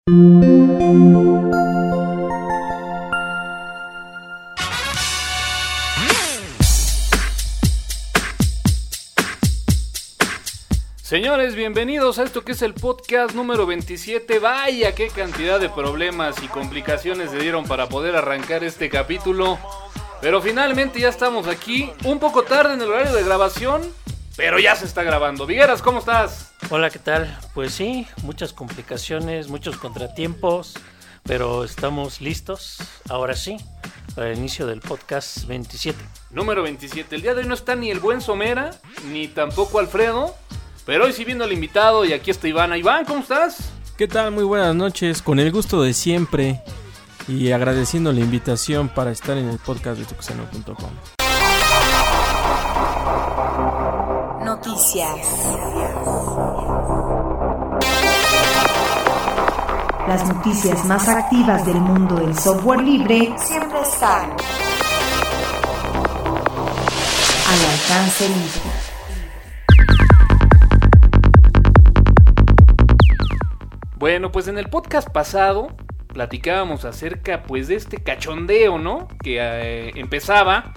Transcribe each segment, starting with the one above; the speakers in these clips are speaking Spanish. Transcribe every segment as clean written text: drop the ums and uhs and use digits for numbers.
Señores, bienvenidos a esto que es el podcast número 27. Vaya, qué cantidad de problemas y complicaciones se dieron para poder arrancar este capítulo. Pero finalmente ya estamos aquí, un poco tarde en el horario de grabación, pero ya se está grabando. Vigueras, ¿cómo estás? Hola, ¿qué tal? Pues sí, muchas complicaciones, muchos contratiempos, pero estamos listos, ahora sí, para el inicio del podcast 27. Número 27. El día de hoy no está ni el buen Somera, ni tampoco Alfredo. Pero hoy sí viendo al invitado y aquí está Iván. Iván, ¿cómo estás? ¿Qué tal? Muy buenas noches, con el gusto de siempre y agradeciendo la invitación para estar en el podcast de tuxeno.com. Noticias. Las noticias más activas del mundo del software libre siempre están al alcance libre. Bueno, pues en el podcast pasado platicábamos acerca pues de este cachondeo, ¿no? Que empezaba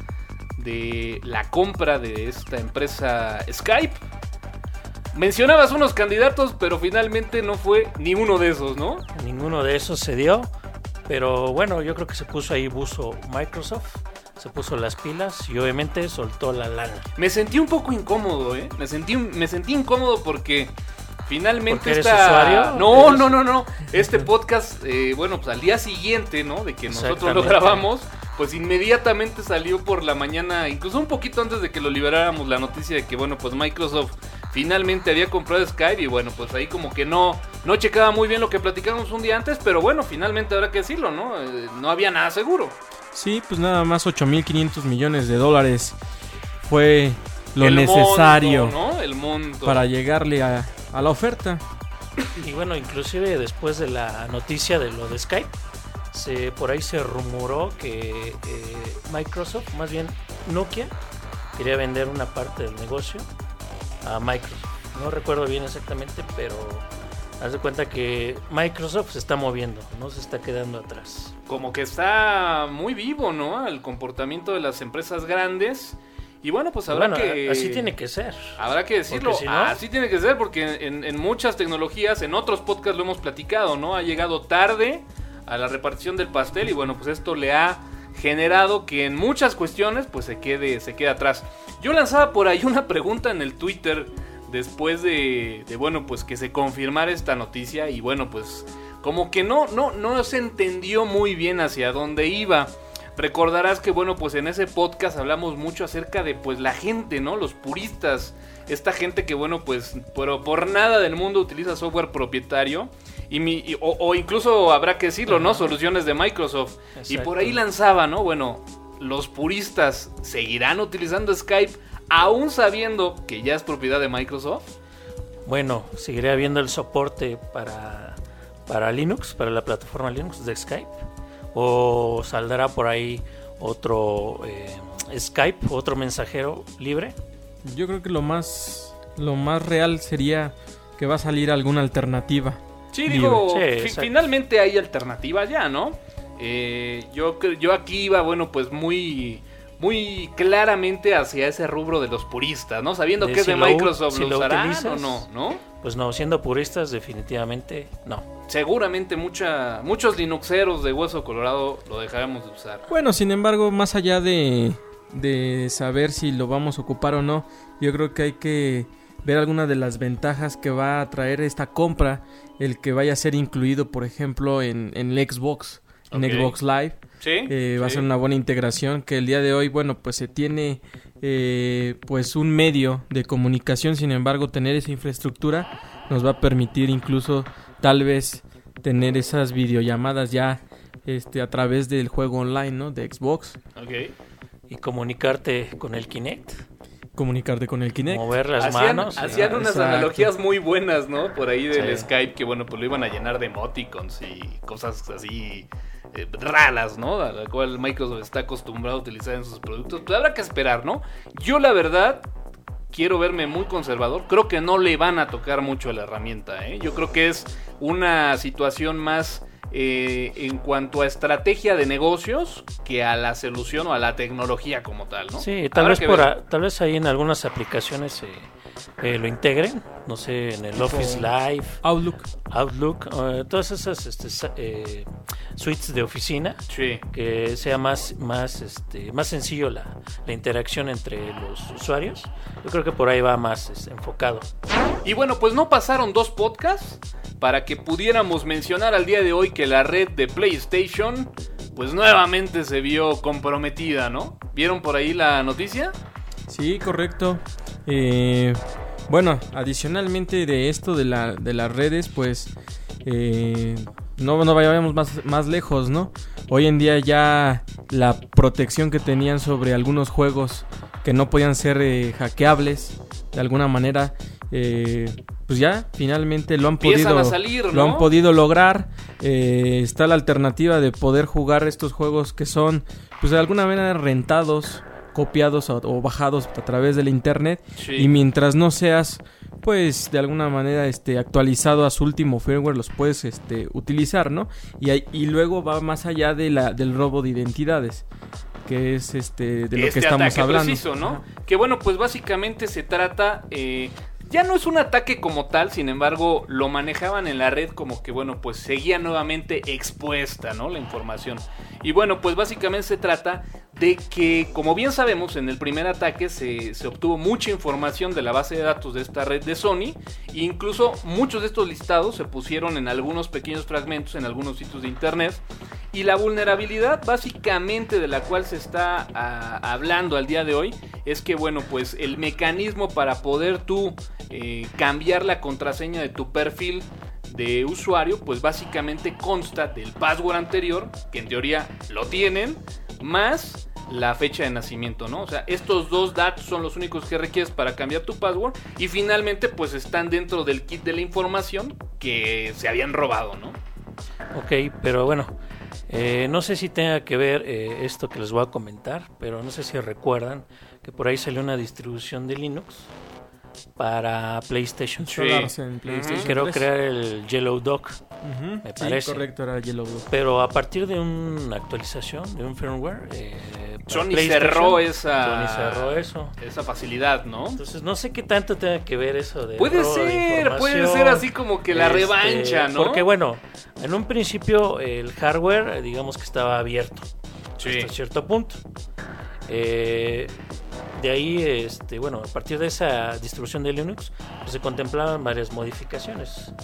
de la compra de esta empresa Skype. Mencionabas unos candidatos, pero finalmente no fue ni uno de esos, ¿no? Ninguno de esos se dio, pero bueno, yo creo que se puso ahí buzo Microsoft, se puso las pilas y obviamente soltó la lana. Me sentí un poco incómodo, ¿eh? Me sentí incómodo porque... Finalmente ¿Eres usuario? No. Este podcast, bueno, pues al día siguiente, ¿no? De que nosotros lo grabamos, pues inmediatamente salió por la mañana, incluso un poquito antes de que lo liberáramos, la noticia de que, bueno, pues Microsoft finalmente había comprado Skype y bueno, pues ahí como que no checaba muy bien lo que platicamos un día antes, pero bueno, finalmente habrá que decirlo, ¿no? No había nada seguro. Sí, pues nada más $8,500 millones fue lo el necesario monto, ¿no? El monto para llegarle a la oferta. Y bueno, inclusive después de la noticia de lo de Skype, por ahí se rumoró que Microsoft, más bien Nokia, quería vender una parte del negocio a Microsoft. No recuerdo bien exactamente, pero haz de cuenta que Microsoft se está moviendo, no se está quedando atrás. Como que está muy vivo, ¿no? El comportamiento de las empresas grandes. Y bueno, pues así tiene que ser. Habrá que decirlo, si no... así tiene que ser, porque en muchas tecnologías, en otros podcasts lo hemos platicado, ¿no? Ha llegado tarde a la repartición del pastel y bueno, pues esto le ha generado que en muchas cuestiones pues se quede atrás. Yo lanzaba por ahí una pregunta en el Twitter después de bueno, pues que se confirmara esta noticia y bueno, pues como que no se entendió muy bien hacia dónde iba. Recordarás que bueno, pues en ese podcast hablamos mucho acerca de pues la gente, ¿no? Los puristas, esta gente que bueno, pues por nada del mundo utiliza software propietario o incluso habrá que decirlo, ¿no? Soluciones de Microsoft. Exacto. Y por ahí lanzaba, ¿no? Bueno, los puristas seguirán utilizando Skype aún sabiendo que ya es propiedad de Microsoft. Bueno, seguirá habiendo el soporte para Linux, para la plataforma Linux de Skype. ¿O saldrá por ahí otro Skype, otro mensajero libre? Yo creo que lo más real sería que va a salir alguna alternativa. Sí, digo, finalmente hay alternativas ya, ¿no? Yo aquí iba, bueno, pues muy claramente hacia ese rubro de los puristas, ¿no? Sabiendo que es de Microsoft, ¿lo usarán o no? Pues no, siendo puristas definitivamente no. Seguramente muchos linuxeros de hueso colorado lo dejaremos de usar. Bueno, sin embargo, más allá de saber si lo vamos a ocupar o no, yo creo que hay que ver algunas de las ventajas que va a traer esta compra, el que vaya a ser incluido, por ejemplo, en el Xbox, en Xbox Live. Sí, va a ser una buena integración que el día de hoy, bueno, pues se tiene pues un medio de comunicación, sin embargo, tener esa infraestructura nos va a permitir incluso tal vez tener esas videollamadas ya a través del juego online, ¿no? De Xbox. Y comunicarte con el Kinect. Mover las manos. Hacían unas analogías muy buenas, ¿no? Por ahí del Skype, que bueno, pues lo iban a llenar de emoticons y cosas así raras, ¿no? A la cual Microsoft está acostumbrado a utilizar en sus productos. Pues habrá que esperar, ¿no? Yo la verdad quiero verme muy conservador, creo que no le van a tocar mucho a la herramienta, ¿eh? Yo creo que es una situación más en cuanto a estrategia de negocios que a la solución o a la tecnología como tal, ¿no? Sí, tal vez ahí en algunas aplicaciones lo integren, no sé, en el Office Live, Outlook, todas esas suites de oficina, sí, que sea más sencillo la interacción entre los usuarios. Yo creo que por ahí va más enfocado. Y bueno, pues no pasaron 2 podcasts para que pudiéramos mencionar al día de hoy que la red de PlayStation pues nuevamente se vio comprometida, ¿no? ¿Vieron por ahí la noticia? Sí, correcto. Bueno, adicionalmente de esto de las redes, pues no vayamos más lejos, ¿no? Hoy en día ya la protección que tenían sobre algunos juegos que no podían ser hackeables de alguna manera, pues ya finalmente lo han podido salir, ¿no? Lo han podido lograr. Está la alternativa de poder jugar estos juegos que son pues de alguna manera rentados, copiados o bajados a través del internet, sí. Y mientras no seas pues de alguna manera actualizado a su último firmware, los puedes utilizar, ¿no? Y luego va más allá del robo de identidades, que es de lo que estamos hablando. Preciso, ¿no? Que bueno, pues básicamente se trata, ya no es un ataque como tal, sin embargo lo manejaban en la red como que bueno, pues seguía nuevamente expuesta, ¿no? La información. Y bueno, pues básicamente se trata de que, como bien sabemos, en el primer ataque se obtuvo mucha información de la base de datos de esta red de Sony, e incluso muchos de estos listados se pusieron en algunos pequeños fragmentos en algunos sitios de internet, y la vulnerabilidad básicamente de la cual se está hablando al día de hoy es que bueno, pues el mecanismo para poder tú cambiar la contraseña de tu perfil de usuario, pues básicamente consta del password anterior, que en teoría lo tienen, más la fecha de nacimiento, ¿no? O sea, estos 2 datos son los únicos que requieres para cambiar tu password, y finalmente pues están dentro del kit de la información que se habían robado, ¿no? Ok, pero bueno, no sé si tenga que ver esto que les voy a comentar, pero no sé si recuerdan que por ahí salió una distribución de Linux para PlayStation 3. Creo que era el Yellow Dog, me parece. Sí, correcto, era Yellow Dog. Pero a partir de una actualización, de un firmware, Sony cerró eso. Esa facilidad, ¿no? Entonces no sé qué tanto tenga que ver eso de puede ser así como que la revancha, ¿no? Porque bueno, en un principio el hardware, digamos que estaba abierto, sí, hasta cierto punto. De ahí, bueno, a partir de esa distribución de Linux, pues se contemplaban varias modificaciones,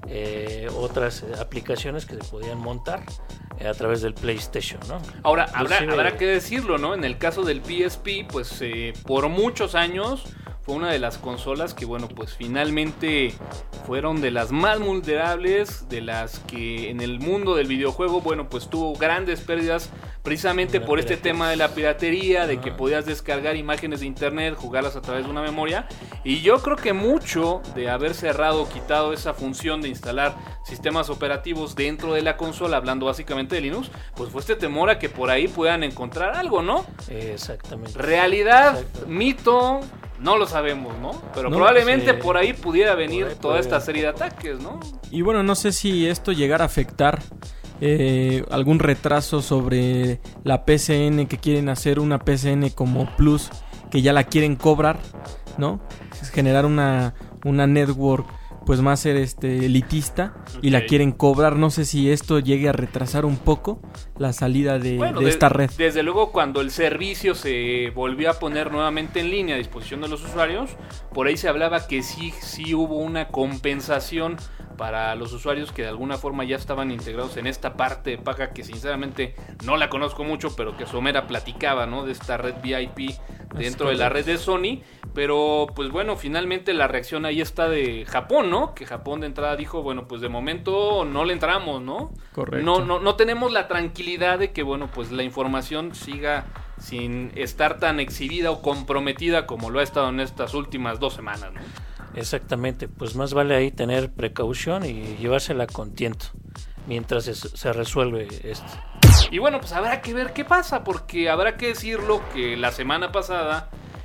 otras aplicaciones que se podían montar a través del PlayStation, ¿no? Ahora, habrá que decirlo, ¿no? En el caso del PSP, pues por muchos años fue una de las consolas que, bueno, pues finalmente fueron de las más vulnerables, de las que en el mundo del videojuego, bueno, pues tuvo grandes pérdidas precisamente por este tema de la piratería, de que podías descargar imágenes de internet, jugarlas a través de una memoria, y yo creo que mucho de haber cerrado o quitado esa función de instalar sistemas operativos dentro de la consola, hablando básicamente de Linux, pues fue este temor a que por ahí puedan encontrar algo, ¿no? Exactamente. Realidad, mito, no lo sabemos, ¿no? Pero probablemente por ahí pudiera venir toda esta serie de ataques, ¿no? Y bueno, no sé si esto llegara a afectar algún retraso sobre la PCN, que quieren hacer una PCN como Plus, que ya la quieren cobrar, ¿no? Generar una network pues más ser elitista, y la quieren cobrar. No sé si esto llegue a retrasar un poco la salida de esta red. Desde luego, cuando el servicio se volvió a poner nuevamente en línea a disposición de los usuarios, por ahí se hablaba que sí hubo una compensación para los usuarios que de alguna forma ya estaban integrados en esta parte de paga, que sinceramente no la conozco mucho, pero que Somera platicaba, ¿no? De esta red VIP dentro de la red de Sony. Pero pues bueno, finalmente la reacción ahí está de Japón, ¿no? Que Japón de entrada dijo, bueno, pues de momento no le entramos, ¿no? Correcto. No tenemos la tranquilidad de que, bueno, pues la información siga sin estar tan exhibida o comprometida como lo ha estado en estas últimas 2 semanas, ¿no? Exactamente, pues más vale ahí tener precaución y llevársela con tiento mientras se resuelve esto. Y bueno, pues habrá que ver qué pasa, porque habrá que decirlo que la semana pasada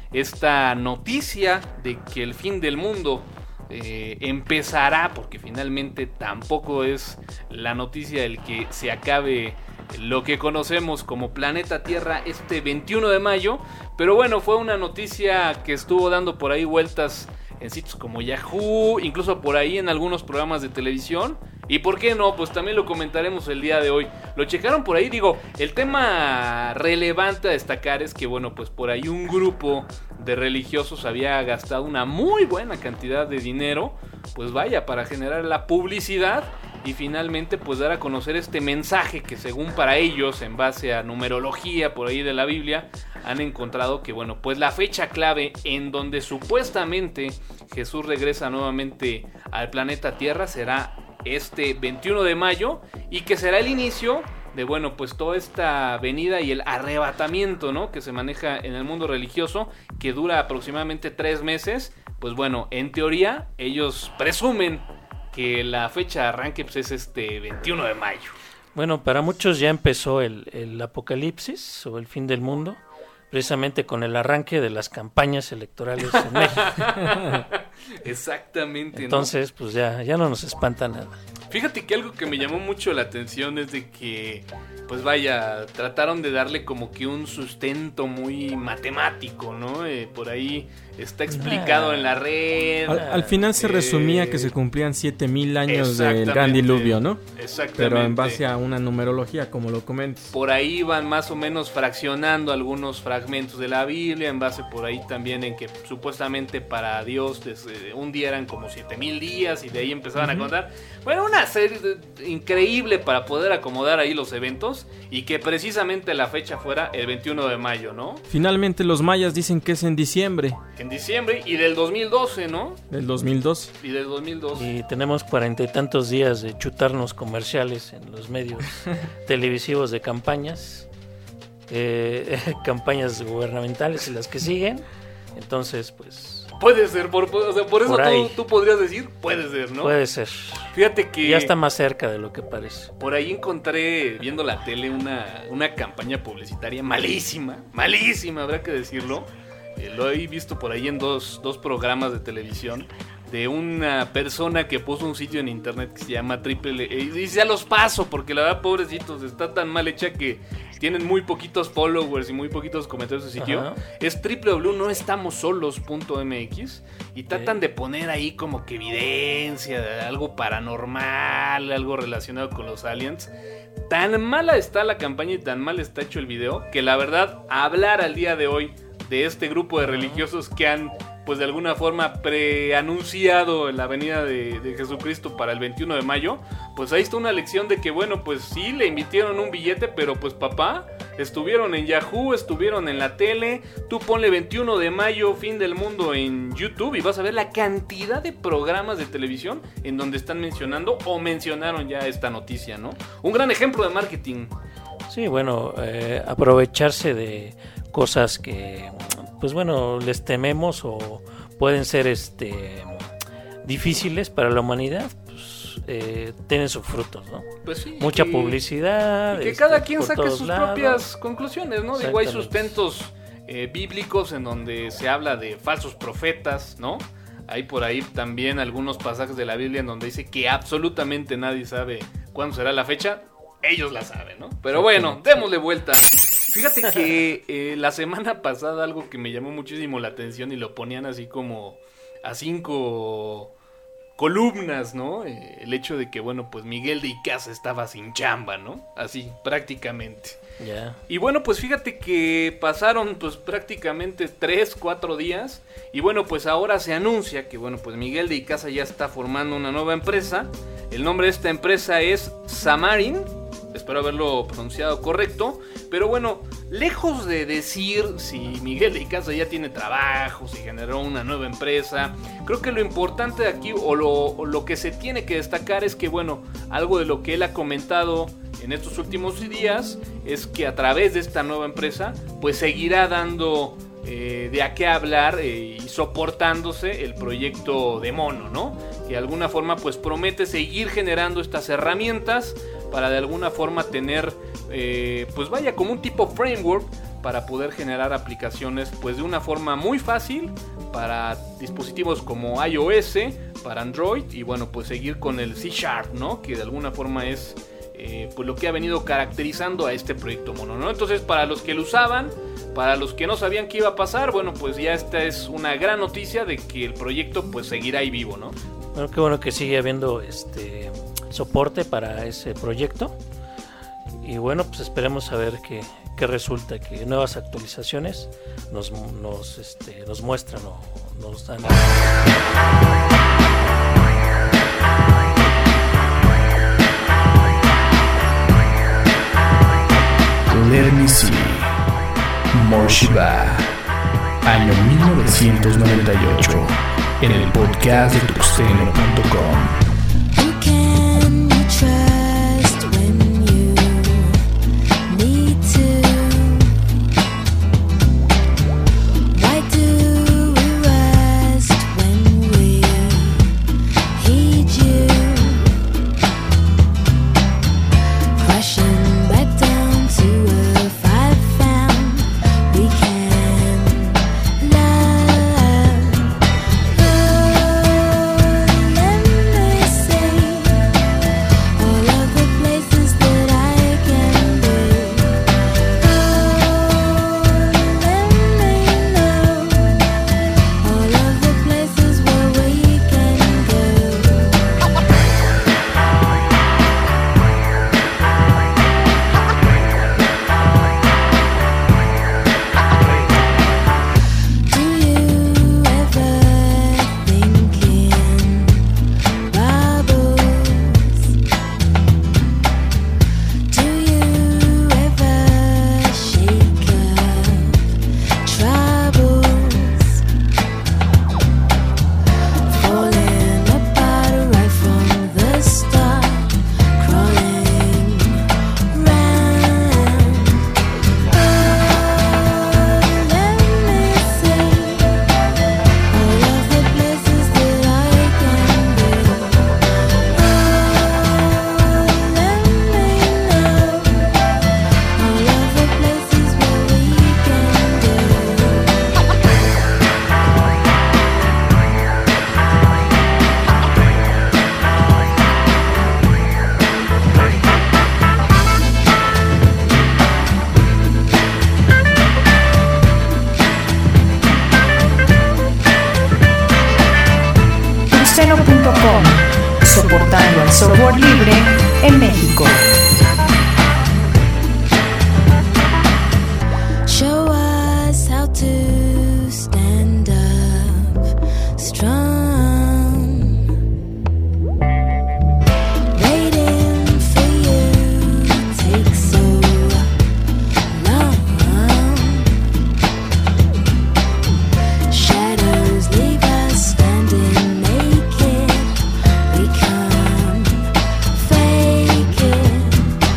esta noticia de que el fin del mundo empezará, porque finalmente tampoco es la noticia el que se acabe lo que conocemos como planeta Tierra este 21 de mayo, pero bueno, fue una noticia que estuvo dando por ahí vueltas en sitios como Yahoo, incluso por ahí en algunos programas de televisión. Y por qué no, pues también lo comentaremos el día de hoy. Lo checaron por ahí, digo, el tema relevante a destacar es que bueno, pues por ahí un grupo de religiosos había gastado una muy buena cantidad de dinero, pues vaya, para generar la publicidad y finalmente pues dar a conocer este mensaje que según para ellos, en base a numerología por ahí de la Biblia, han encontrado que bueno, pues la fecha clave en donde supuestamente Jesús regresa nuevamente al planeta Tierra será este 21 de mayo y que será el inicio de bueno, pues toda esta venida y el arrebatamiento, ¿no?, que se maneja en el mundo religioso, que dura aproximadamente 3 meses. Pues bueno, en teoría ellos presumen que la fecha de arranque pues, es este 21 de mayo. Bueno, para muchos ya empezó el apocalipsis o el fin del mundo, precisamente con el arranque de las campañas electorales en México. Exactamente. Entonces, pues ya no nos espanta nada. Fíjate que algo que me llamó mucho la atención es de que, pues vaya, trataron de darle como que un sustento muy matemático, ¿no? Por ahí está explicado en la red. Al final se resumía que se cumplían 7,000 años del gran diluvio, ¿no? Exactamente. Pero en base a una numerología, como lo comentas. Por ahí van más o menos fraccionando algunos fragmentos de la Biblia, en base por ahí también en que supuestamente para Dios un día eran como 7,000 días y de ahí empezaban a contar. Bueno, una serie increíble para poder acomodar ahí los eventos y que precisamente la fecha fuera el 21 de mayo, ¿no? Finalmente los mayas dicen que es en diciembre. En diciembre y del 2012, ¿no? Del 2012. Y del 2012. Y tenemos 40 y tantos días de chutarnos comerciales en los medios televisivos de campañas, campañas gubernamentales y las que siguen. Entonces, pues... Puede ser, por eso tú podrías decir, puede ser, ¿no? Puede ser. Fíjate que... Ya está más cerca de lo que parece. Por ahí encontré, viendo la tele, una campaña publicitaria malísima, habrá que decirlo. Lo he visto por ahí en dos programas de televisión, de una persona que puso un sitio en internet que se llama Triple... Y ya los paso, porque la verdad, pobrecitos, está tan mal hecha que tienen muy poquitos followers y muy poquitos comentarios de sitio. Ajá. Es www.noestamossolos.mx y tratan de poner ahí como que evidencia de algo paranormal, algo relacionado con los aliens. Tan mala está la campaña y tan mal está hecho el video que la verdad, hablar al día de hoy de este grupo de religiosos que han, pues de alguna forma, preanunciado la venida de Jesucristo para el 21 de mayo, pues ahí está una lección de que, bueno, pues sí, le emitieron un billete, pero pues papá, estuvieron en Yahoo, estuvieron en la tele, tú ponle 21 de mayo, fin del mundo en YouTube y vas a ver la cantidad de programas de televisión en donde están mencionando o mencionaron ya esta noticia, ¿no? Un gran ejemplo de marketing. Sí, bueno, aprovecharse de cosas que, pues bueno, les tememos o pueden ser difíciles para la humanidad, pues tienen sus frutos, ¿no? Pues sí, mucha publicidad. Y que cada quien saque sus lados. propias conclusiones, ¿no? Digo, hay sustentos bíblicos en donde se habla de falsos profetas, ¿no? Hay por ahí también algunos pasajes de la Biblia en donde dice que absolutamente nadie sabe cuándo será la fecha. Ellos la saben, ¿no? Pero bueno, démosle vuelta. Fíjate que la semana pasada algo que me llamó muchísimo la atención y lo ponían así como a 5 columnas, ¿no? El hecho de que, bueno, pues Miguel de Icaza estaba sin chamba, ¿no? Así, prácticamente. Yeah. Y bueno, pues fíjate que pasaron pues prácticamente 3-4 días y bueno, pues ahora se anuncia que, bueno, pues Miguel de Icaza ya está formando una nueva empresa. El nombre de esta empresa es Xamarin. Espero haberlo pronunciado correcto. Pero bueno, lejos de decir si Miguel de Icaza ya tiene trabajo, si generó una nueva empresa, creo que lo importante de aquí o lo que se tiene que destacar es que, bueno, algo de lo que él ha comentado en estos últimos días es que a través de esta nueva empresa pues seguirá dando de a qué hablar y soportándose el proyecto de Mono, ¿no? Que de alguna forma pues promete seguir generando estas herramientas para de alguna forma tener pues vaya como un tipo framework para poder generar aplicaciones pues de una forma muy fácil para dispositivos como iOS, para Android, y bueno, pues seguir con el C#, ¿no? Que de alguna forma es pues lo que ha venido caracterizando a este proyecto mono, ¿no? Entonces, para los que lo usaban, para los que no sabían qué iba a pasar, bueno, pues ya esta es una gran noticia de que el proyecto pues seguirá ahí vivo, ¿no? Bueno, qué bueno que sigue habiendo soporte para ese proyecto. Y bueno, pues esperemos a ver qué resulta, que nuevas actualizaciones nos muestran o nos dan. Let me see. Morshiba, año 1998, en el podcast de tuxteno.com. Tuxteno.com, soportando el software libre en México. Show us how to stand up strong. Waiting for you takes so long. Shadows leave us standing naked. We come fake it.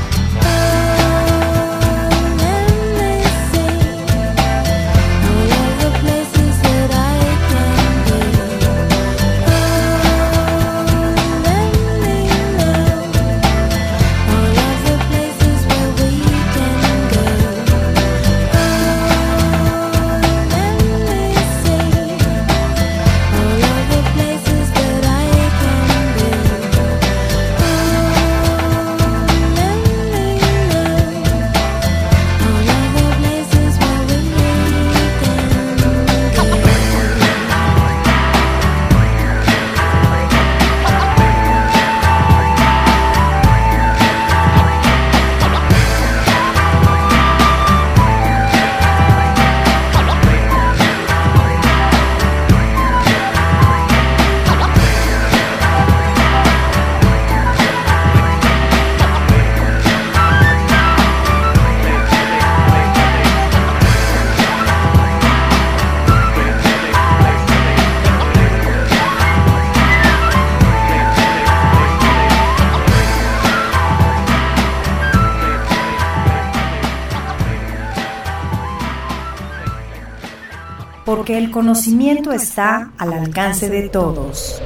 Porque el conocimiento está al alcance de todos.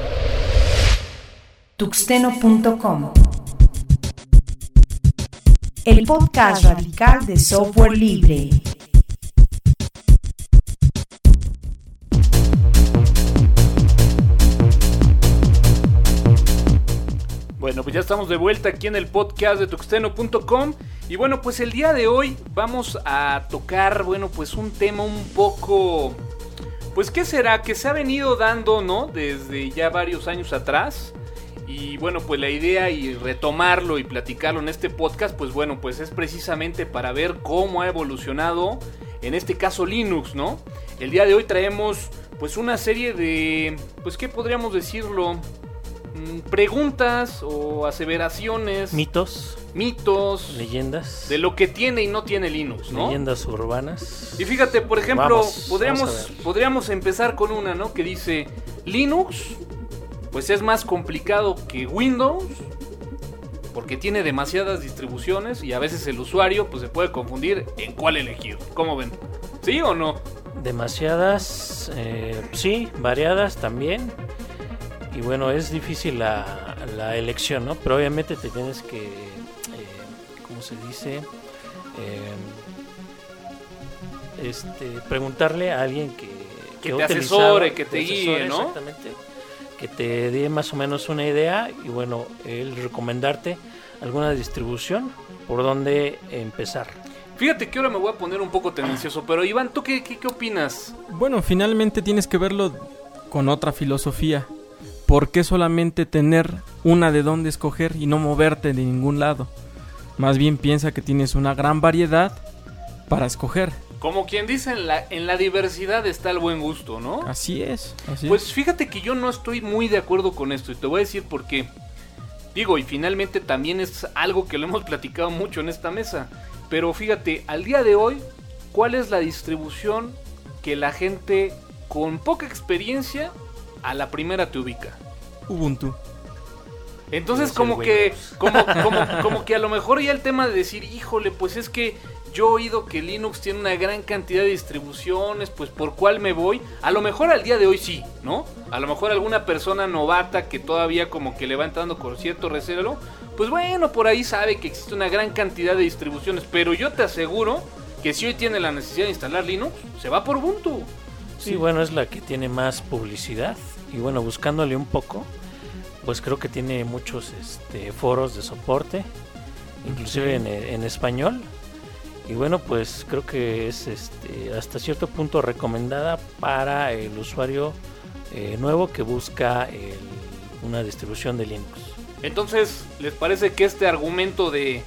Tuxteno.com, el podcast radical de software libre. Bueno, pues ya estamos de vuelta aquí en el podcast de tuxteno.com. Y bueno, pues el día de hoy vamos a tocar, bueno, pues un tema un poco... Pues ¿qué será? Que se ha venido dando, ¿no? Desde ya varios años atrás. Y bueno, pues la idea y retomarlo y platicarlo en este podcast, pues bueno, pues es precisamente para ver cómo ha evolucionado, en este caso Linux, ¿no? El día de hoy traemos pues una serie de, pues ¿qué podríamos decirlo? Preguntas o aseveraciones, Mitos, leyendas de lo que tiene y no tiene Linux, ¿no? leyendas urbanas. Y fíjate, por ejemplo, Vamos a ver. podríamos empezar con una, ¿no? Que dice, Linux, pues es más complicado que Windows, porque tiene demasiadas distribuciones y a veces el usuario pues se puede confundir en cuál elegir. ¿Cómo ven? ¿Sí o no? Demasiadas, sí, variadas también. Y bueno, es difícil la elección, ¿no? Pero obviamente te tienes que, ¿cómo se dice? Preguntarle a alguien Que ha te utilizado, asesore, que te guíe, ¿no? Exactamente. Que te dé más o menos una idea y bueno, él recomendarte alguna distribución por donde empezar. Fíjate que ahora me voy a poner un poco tendencioso, pero Iván, ¿tú qué opinas? Bueno, finalmente tienes que verlo con otra filosofía. ¿Por qué solamente tener una de dónde escoger y no moverte de ningún lado? Más bien piensa que tienes una gran variedad para escoger. Como quien dice, en la diversidad está el buen gusto, ¿no? Así es. Pues fíjate que yo no estoy muy de acuerdo con esto y te voy a decir por qué. Digo, y finalmente también es algo que lo hemos platicado mucho en esta mesa. Pero fíjate, al día de hoy, ¿cuál es la distribución que la gente con poca experiencia a la primera te ubica? Ubuntu. Entonces Es como el que como que a lo mejor ya el tema de decir, híjole, pues es que yo he oído que Linux tiene una gran cantidad de distribuciones, pues ¿por cuál me voy? A lo mejor al día de hoy sí, ¿no? A lo mejor alguna persona novata que todavía como que le va entrando con cierto recelo, pues bueno, por ahí sabe que existe una gran cantidad de distribuciones, pero yo te aseguro que si hoy tiene la necesidad de instalar Linux, se va por Ubuntu. Sí, bueno, es la que tiene más publicidad y bueno, buscándole un poco, pues creo que tiene muchos foros de soporte, inclusive en español. Y bueno, pues creo que es hasta cierto punto recomendada para el usuario nuevo que busca una distribución de Linux. Entonces, ¿les parece que este argumento de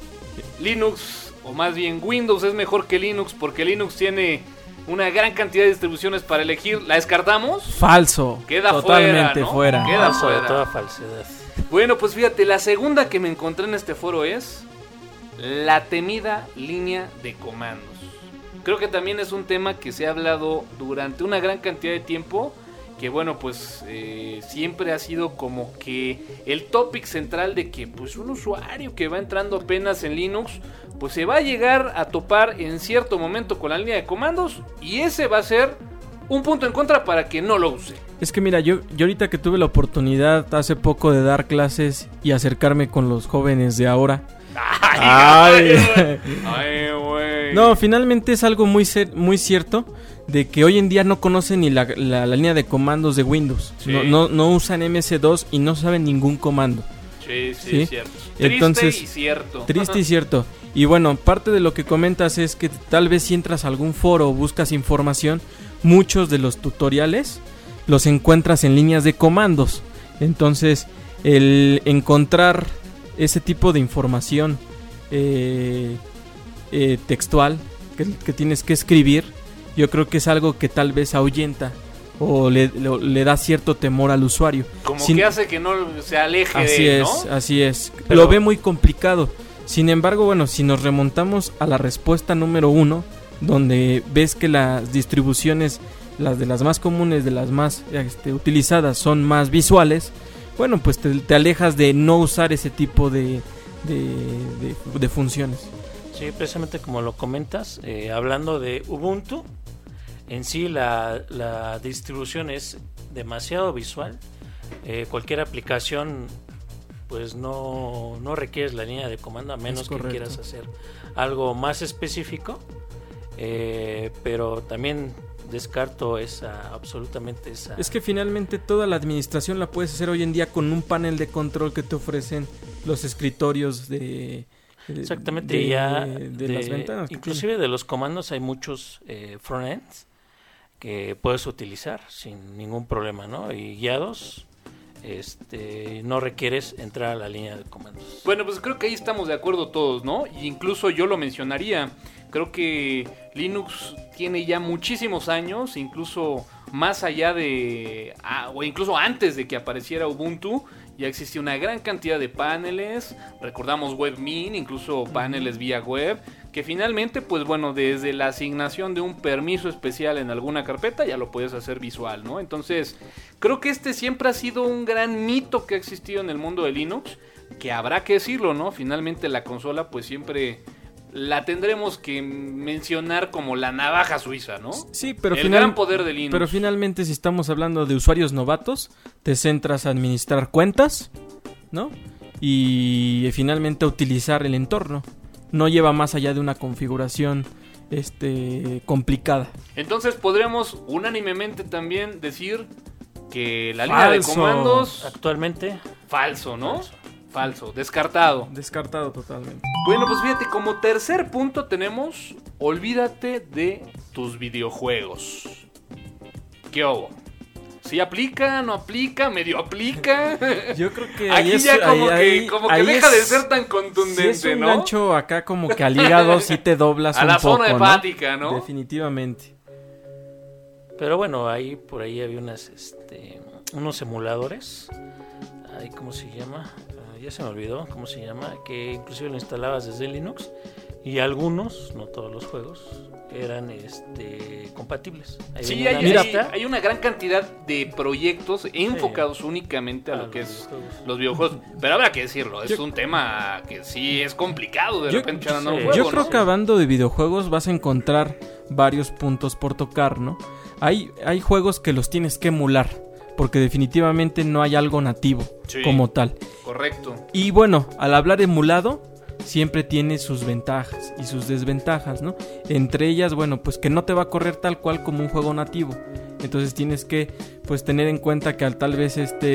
Linux, o más bien Windows, es mejor que Linux porque Linux tiene una gran cantidad de distribuciones para elegir? ¿La descartamos? Falso. Queda totalmente fuera, ¿no? fuera. Queda Falso de fuera. toda falsedad. Bueno, pues fíjate, la segunda que me encontré en este foro es la temida línea de comandos. Creo que también es un tema que se ha hablado durante una gran cantidad de tiempo, que bueno, pues siempre ha sido como que el topic central de que pues un usuario que va entrando apenas en Linux, pues se va a llegar a topar en cierto momento con la línea de comandos y ese va a ser un punto en contra para que no lo use. Es que mira, yo ahorita que tuve la oportunidad hace poco de dar clases y acercarme con los jóvenes de ahora. Ay, güey. No, finalmente es algo muy cierto de que hoy en día no conocen ni la línea de comandos de Windows. Sí. No usan MS2 y no saben ningún comando. Sí, ¿Sí? es cierto. Entonces, Triste y cierto. Triste y cierto. Y bueno, parte de lo que comentas es que tal vez si entras a algún foro o buscas información, muchos de los tutoriales los encuentras en líneas de comandos. Entonces, el encontrar ese tipo de información textual que tienes que escribir, yo creo que es algo que tal vez ahuyenta o le da cierto temor al usuario. Como que hace que no se aleje así de él, es, ¿no? así es. Pero Lo ve muy complicado. Sin embargo, bueno, si nos remontamos a la respuesta número 1, donde ves que las distribuciones, las de las más comunes, de las más utilizadas, son más visuales, bueno, pues te alejas de no usar ese tipo de funciones. Sí, precisamente como lo comentas, hablando de Ubuntu, en sí la distribución es demasiado visual. Cualquier aplicación pues no requieres la línea de comando a menos que quieras hacer algo más específico, pero también descarto absolutamente esa. Es que finalmente toda la administración la puedes hacer hoy en día con un panel de control que te ofrecen los escritorios de Exactamente, ya de las ventanas. Inclusive de los comandos hay muchos frontends que puedes utilizar sin ningún problema, ¿no? Y guiados, no requieres entrar a la línea de comandos. Bueno, pues creo que ahí estamos de acuerdo todos, ¿no? Y incluso yo lo mencionaría. Creo que Linux tiene ya muchísimos años, incluso más allá o incluso antes de que apareciera Ubuntu, ya existía una gran cantidad de paneles. Recordamos WebMin, incluso paneles vía web, que finalmente, pues bueno, desde la asignación de un permiso especial en alguna carpeta ya lo puedes hacer visual, ¿no? Entonces, creo que siempre ha sido un gran mito que ha existido en el mundo de Linux, que habrá que decirlo, ¿no? Finalmente la consola pues siempre la tendremos que mencionar como la navaja suiza, ¿no? Sí, pero el gran poder de Linux. Pero finalmente, si estamos hablando de usuarios novatos, te centras a administrar cuentas, ¿no? Y finalmente a utilizar el entorno. No lleva más allá de una configuración complicada. Entonces podríamos unánimemente también decir que la línea de comandos actualmente falso, ¿no? Falso, descartado. Descartado totalmente. Bueno, pues fíjate, como tercer punto tenemos, olvídate de tus videojuegos. ¿Qué hubo? ¿Sí aplica, no aplica, medio aplica? Yo creo que aquí ya como que deja de ser tan contundente, sí es un ¿no? gancho acá como que al hígado sí te doblas a un la poco, zona hepática, ¿no? Definitivamente. Pero bueno, por ahí había unos emuladores. Ahí, ¿cómo se llama? Ya se me olvidó cómo se llama, que inclusive lo instalabas desde Linux y algunos, no todos los juegos, eran compatibles. Sí, hay una gran cantidad de proyectos enfocados únicamente a lo que es los videojuegos, pero habrá que decirlo, es un tema que sí es complicado de repente echar a andar un juego, yo creo ¿no? que hablando de videojuegos vas a encontrar varios puntos por tocar, ¿no? Hay juegos que los tienes que emular, porque definitivamente no hay algo nativo como tal. Correcto. Y bueno, al hablar emulado, siempre tiene sus ventajas y sus desventajas, ¿no? Entre ellas, bueno, pues que no te va a correr tal cual como un juego nativo. Entonces tienes que, pues, tener en cuenta que tal vez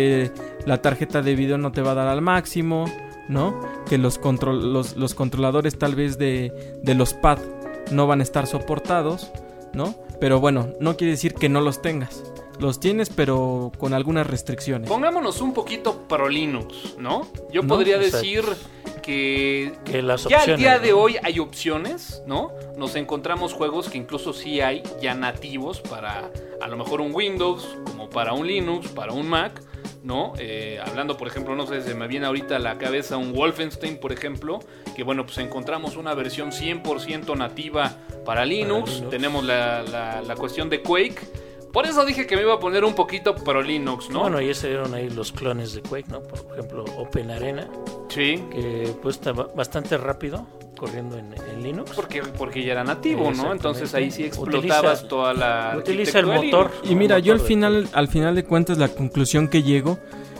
la tarjeta de video no te va a dar al máximo, ¿no? Que los controladores tal vez de los pads no van a estar soportados, ¿no? Pero bueno, no quiere decir que no los tengas. Los tienes, pero con algunas restricciones. Pongámonos un poquito pro Linux, ¿no? Yo podría decir que las ya opciones, al día de ¿no? hoy hay opciones, ¿no? Nos encontramos juegos que incluso sí hay ya nativos para a lo mejor un Windows, como para un Linux, para un Mac, ¿no? Hablando, por ejemplo, no sé, se me viene ahorita a la cabeza un Wolfenstein, por ejemplo, que bueno, pues encontramos una versión 100% nativa para Linux. Tenemos la cuestión de Quake. Por eso dije que me iba a poner un poquito pro Linux, ¿no? Bueno, ya se dieron ahí los clones de Quake, ¿no? Por ejemplo, Open Arena. Sí. Que pues está bastante rápido corriendo en Linux. Porque ya era nativo, ¿no? Entonces ahí sí explotabas toda la... Utiliza el motor. Y mira, yo al final de cuentas la conclusión que llego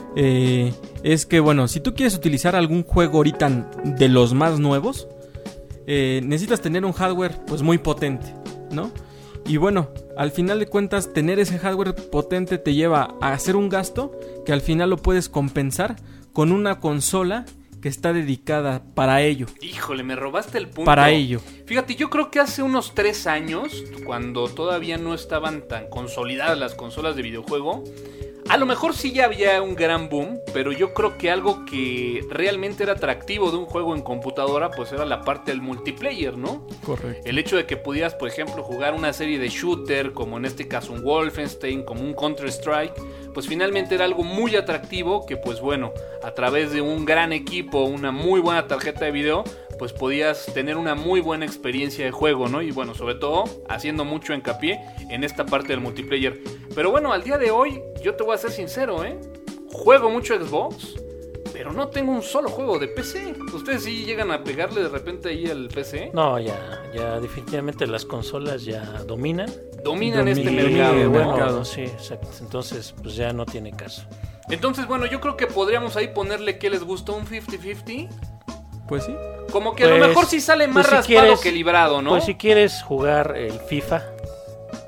es que, bueno, si tú quieres utilizar algún juego ahorita de los más nuevos, necesitas tener un hardware pues muy potente, ¿no? Y bueno, al final de cuentas, tener ese hardware potente te lleva a hacer un gasto que al final lo puedes compensar con una consola que está dedicada para ello. Híjole, me robaste el punto. Para ello. Fíjate, yo creo que hace unos 3 años, cuando todavía no estaban tan consolidadas las consolas de videojuego, a lo mejor sí ya había un gran boom, pero yo creo que algo que realmente era atractivo de un juego en computadora, pues era la parte del multiplayer, ¿no? Correcto. El hecho de que pudieras, por ejemplo, jugar una serie de shooter, como en este caso un Wolfenstein, como un Counter-Strike, pues finalmente era algo muy atractivo que, pues bueno, a través de un gran equipo, una muy buena tarjeta de video, pues podías tener una muy buena experiencia de juego, ¿no? Y bueno, sobre todo haciendo mucho hincapié en esta parte del multiplayer. Pero bueno, al día de hoy, yo te voy a ser sincero, juego mucho Xbox, pero no tengo un solo juego de PC. ¿Ustedes sí llegan a pegarle de repente ahí al PC? No, ya definitivamente las consolas ya dominan este mercado. Bueno, sí, exacto. Entonces, pues ya no tiene caso. Entonces, bueno, yo creo que podríamos ahí ponerle que les gustó un 50-50. Pues sí. Como que a lo mejor sí sale más si raspado que librado, ¿no? Pues si quieres jugar el FIFA,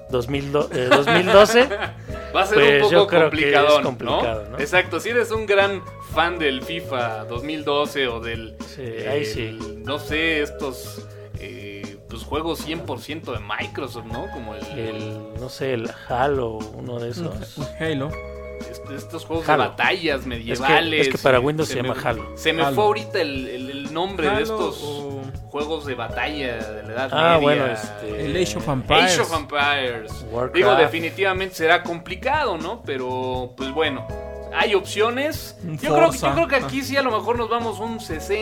2012, Va a ser pues un yo poco creo que complicadón, es complicado, ¿no? Exacto, si eres un gran fan del FIFA 2012 o del... Sí, ahí sí. No sé, estos pues juegos 100% de Microsoft, ¿no? Como no sé, el Halo, uno de esos. Halo. Estos juegos Halo. de batallas medievales. Es que para Windows se llama Halo. Se me Halo. fue ahorita el nombre de Halo estos o- juegos de batalla de la Edad Media. Bueno, El Age of Empires. Age of Empires. Warcraft. Digo, definitivamente será complicado, ¿no? Pero, pues bueno, hay opciones. Un Yo creo Forza. que aquí sí a lo mejor nos vamos un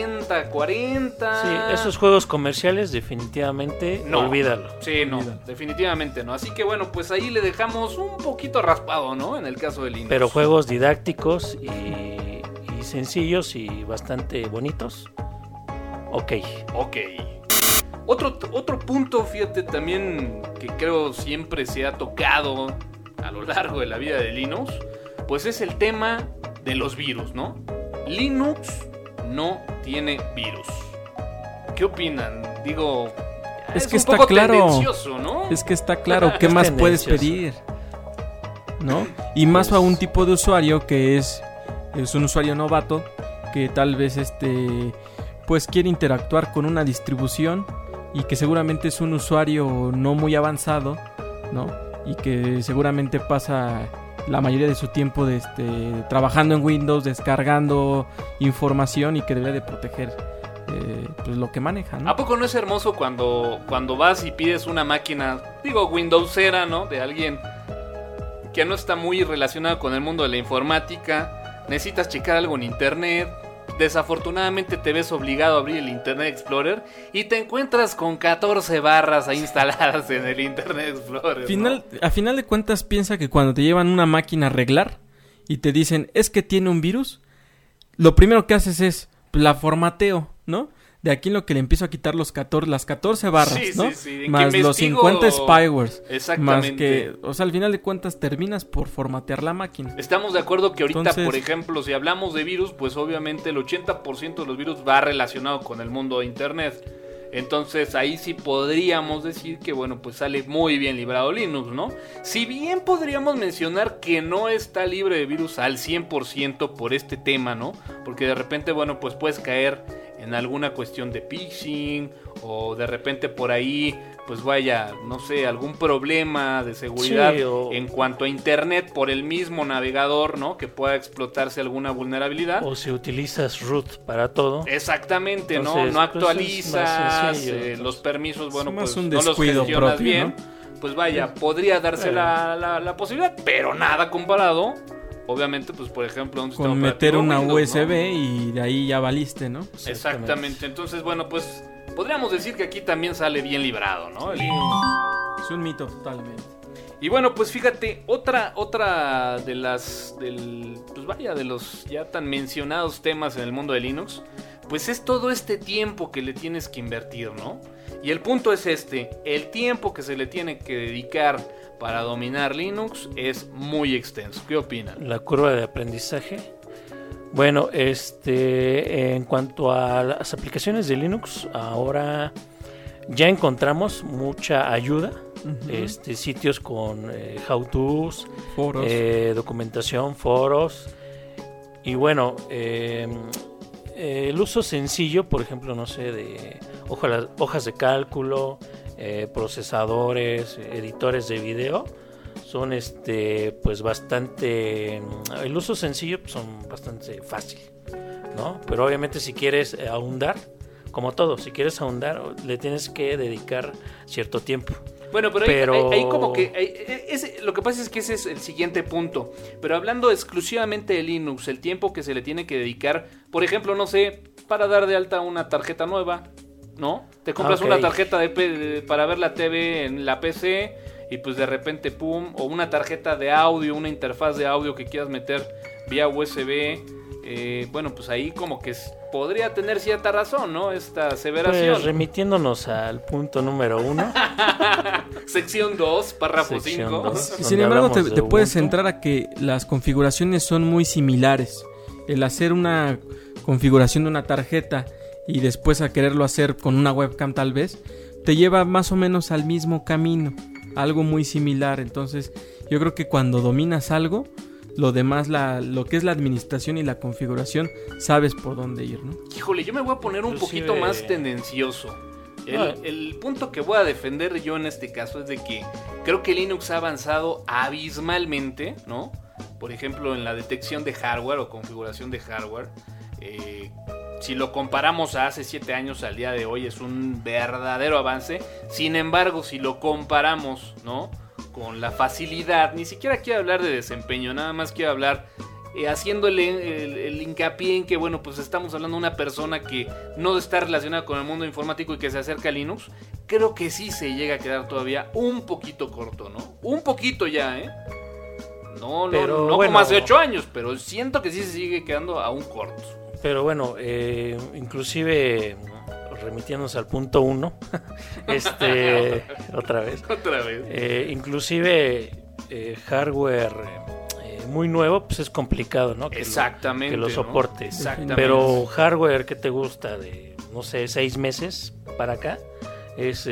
60-40. Sí, esos juegos comerciales definitivamente No. olvídalo. Sí, no, definitivamente no. Así que bueno, pues ahí le dejamos un poquito raspado, ¿no? En el caso de Linux. Pero juegos didácticos y sencillos y bastante bonitos. Ok. Ok. Otro punto, fíjate, también que creo siempre se ha tocado a lo largo de la vida de Linux, pues es el tema de los virus, ¿no? Linux no tiene virus. ¿Qué opinan? Digo, Es que un está poco claro. tendencioso, ¿no? Es que está claro, ¿qué Es más puedes tendencioso. pedir? ¿No? Y más a un tipo de usuario que es un usuario novato que tal vez pues quiere interactuar con una distribución y que seguramente es un usuario no muy avanzado, ¿no? Y que seguramente pasa la mayoría de su tiempo trabajando en Windows, descargando información y que debería de proteger pues lo que maneja, ¿no? ¿A poco no es hermoso cuando vas y pides una máquina, digo, Windowsera, ¿no? De alguien que no está muy relacionado con el mundo de la informática, necesitas checar algo en internet, desafortunadamente te ves obligado a abrir el Internet Explorer y te encuentras con 14 barras ahí instaladas en el Internet Explorer, ¿no? A final de cuentas piensa que cuando te llevan una máquina a arreglar y te dicen es que tiene un virus, lo primero que haces es la formateo, ¿no? De aquí en lo que le empiezo a quitar las 14 barras, Sí, ¿no? sí, sí, en Más que los investigo- 50 spywares. Exactamente. Más que, o sea, al final de cuentas terminas por formatear la máquina. Estamos de acuerdo que ahorita, Entonces- por ejemplo, si hablamos de virus, pues obviamente el 80% de los virus va relacionado con el mundo de Internet. Entonces ahí sí podríamos decir que, bueno, pues sale muy bien librado Linux, ¿no? Si bien podríamos mencionar que no está libre de virus al 100% por este tema, ¿no? Porque de repente, bueno, pues puedes caer en alguna cuestión de phishing o de repente por ahí, pues vaya, no sé, algún problema de seguridad Sí, o- en cuanto a Internet por el mismo navegador, ¿no? Que pueda explotarse alguna vulnerabilidad. O si utilizas root para todo. Exactamente, Entonces, ¿no? No pues, es actualizas, más sencillo. los permisos, bueno, Es más pues un no los descuido gestionas propio, bien. ¿no? Pues vaya, podría darse la posibilidad, pero nada comparado, obviamente, pues por ejemplo, un sistema Con meter operativo una Windows, USB ¿no? y de ahí ya valiste, ¿no? Exactamente, entonces, bueno, pues podríamos decir que aquí también sale bien librado, ¿no? El Linux. Es un mito totalmente. Y bueno, pues fíjate, otra de pues vaya, de los ya tan mencionados temas en el mundo de Linux, pues es todo este tiempo que le tienes que invertir, ¿no? Y el punto es el tiempo que se le tiene que dedicar para dominar Linux es muy extenso. ¿Qué opinan? La curva de aprendizaje. Bueno, en cuanto a las aplicaciones de Linux, ahora ya encontramos mucha ayuda. Sitios con how-tos, Foros. documentación, foros. Y bueno, el uso sencillo, por ejemplo, no sé, de hojas de cálculo, procesadores, editores de video, son pues bastante, el uso sencillo pues, son bastante fácil, ¿no? Pero obviamente si quieres ahondar, como todo, si quieres ahondar, le tienes que dedicar cierto tiempo. Bueno, pero Pero- hay como que... lo que pasa es que ese es el siguiente punto. Pero hablando exclusivamente de Linux, el tiempo que se le tiene que dedicar, por ejemplo, no sé, para dar de alta una tarjeta nueva, ¿no? Te compras Ok. una tarjeta para ver la TV en la PC y pues de repente, pum, o una tarjeta de audio, una interfaz de audio que quieras meter vía USB. Bueno, pues ahí como que podría tener cierta razón, ¿no? Esta aseveración. Pues remitiéndonos al punto número 1. Sección 2, párrafo Sección 5. 2. Sin donde embargo, hablamos te de puedes Ubuntu. centrar a que las configuraciones son muy similares. El hacer una configuración de una tarjeta y después a quererlo hacer con una webcam tal vez, te lleva más o menos al mismo camino, algo muy similar. Entonces yo creo que cuando dominas algo, lo demás, lo que es la administración y la configuración, sabes por dónde ir, ¿no? Híjole, yo me voy a poner un Inclusive- poquito más tendencioso. El punto que voy a defender yo en este caso es de que creo que Linux ha avanzado abismalmente, ¿no? Por ejemplo, en la detección de hardware o configuración de hardware. Si lo comparamos a hace 7 años al día de hoy, es un verdadero avance. Sin embargo, si lo comparamos, ¿no?, con la facilidad, ni siquiera quiero hablar de desempeño, nada más quiero hablar haciéndole el hincapié en que, bueno, pues estamos hablando de una persona que no está relacionada con el mundo informático y que se acerca a Linux. Creo que sí se llega a quedar todavía un poquito corto, ¿no? Un poquito ya, ¿eh? No Pero, bueno, bueno, como hace 8 años, pero siento que sí se sigue quedando aún corto. Pero bueno, inclusive remitiéndonos al punto 1, otra vez. Otra vez. Inclusive hardware muy nuevo, pues es complicado, ¿no? Exactamente. Que lo ¿no? soporte. Exactamente. Pero hardware que te gusta de, no sé, 6 meses para acá, es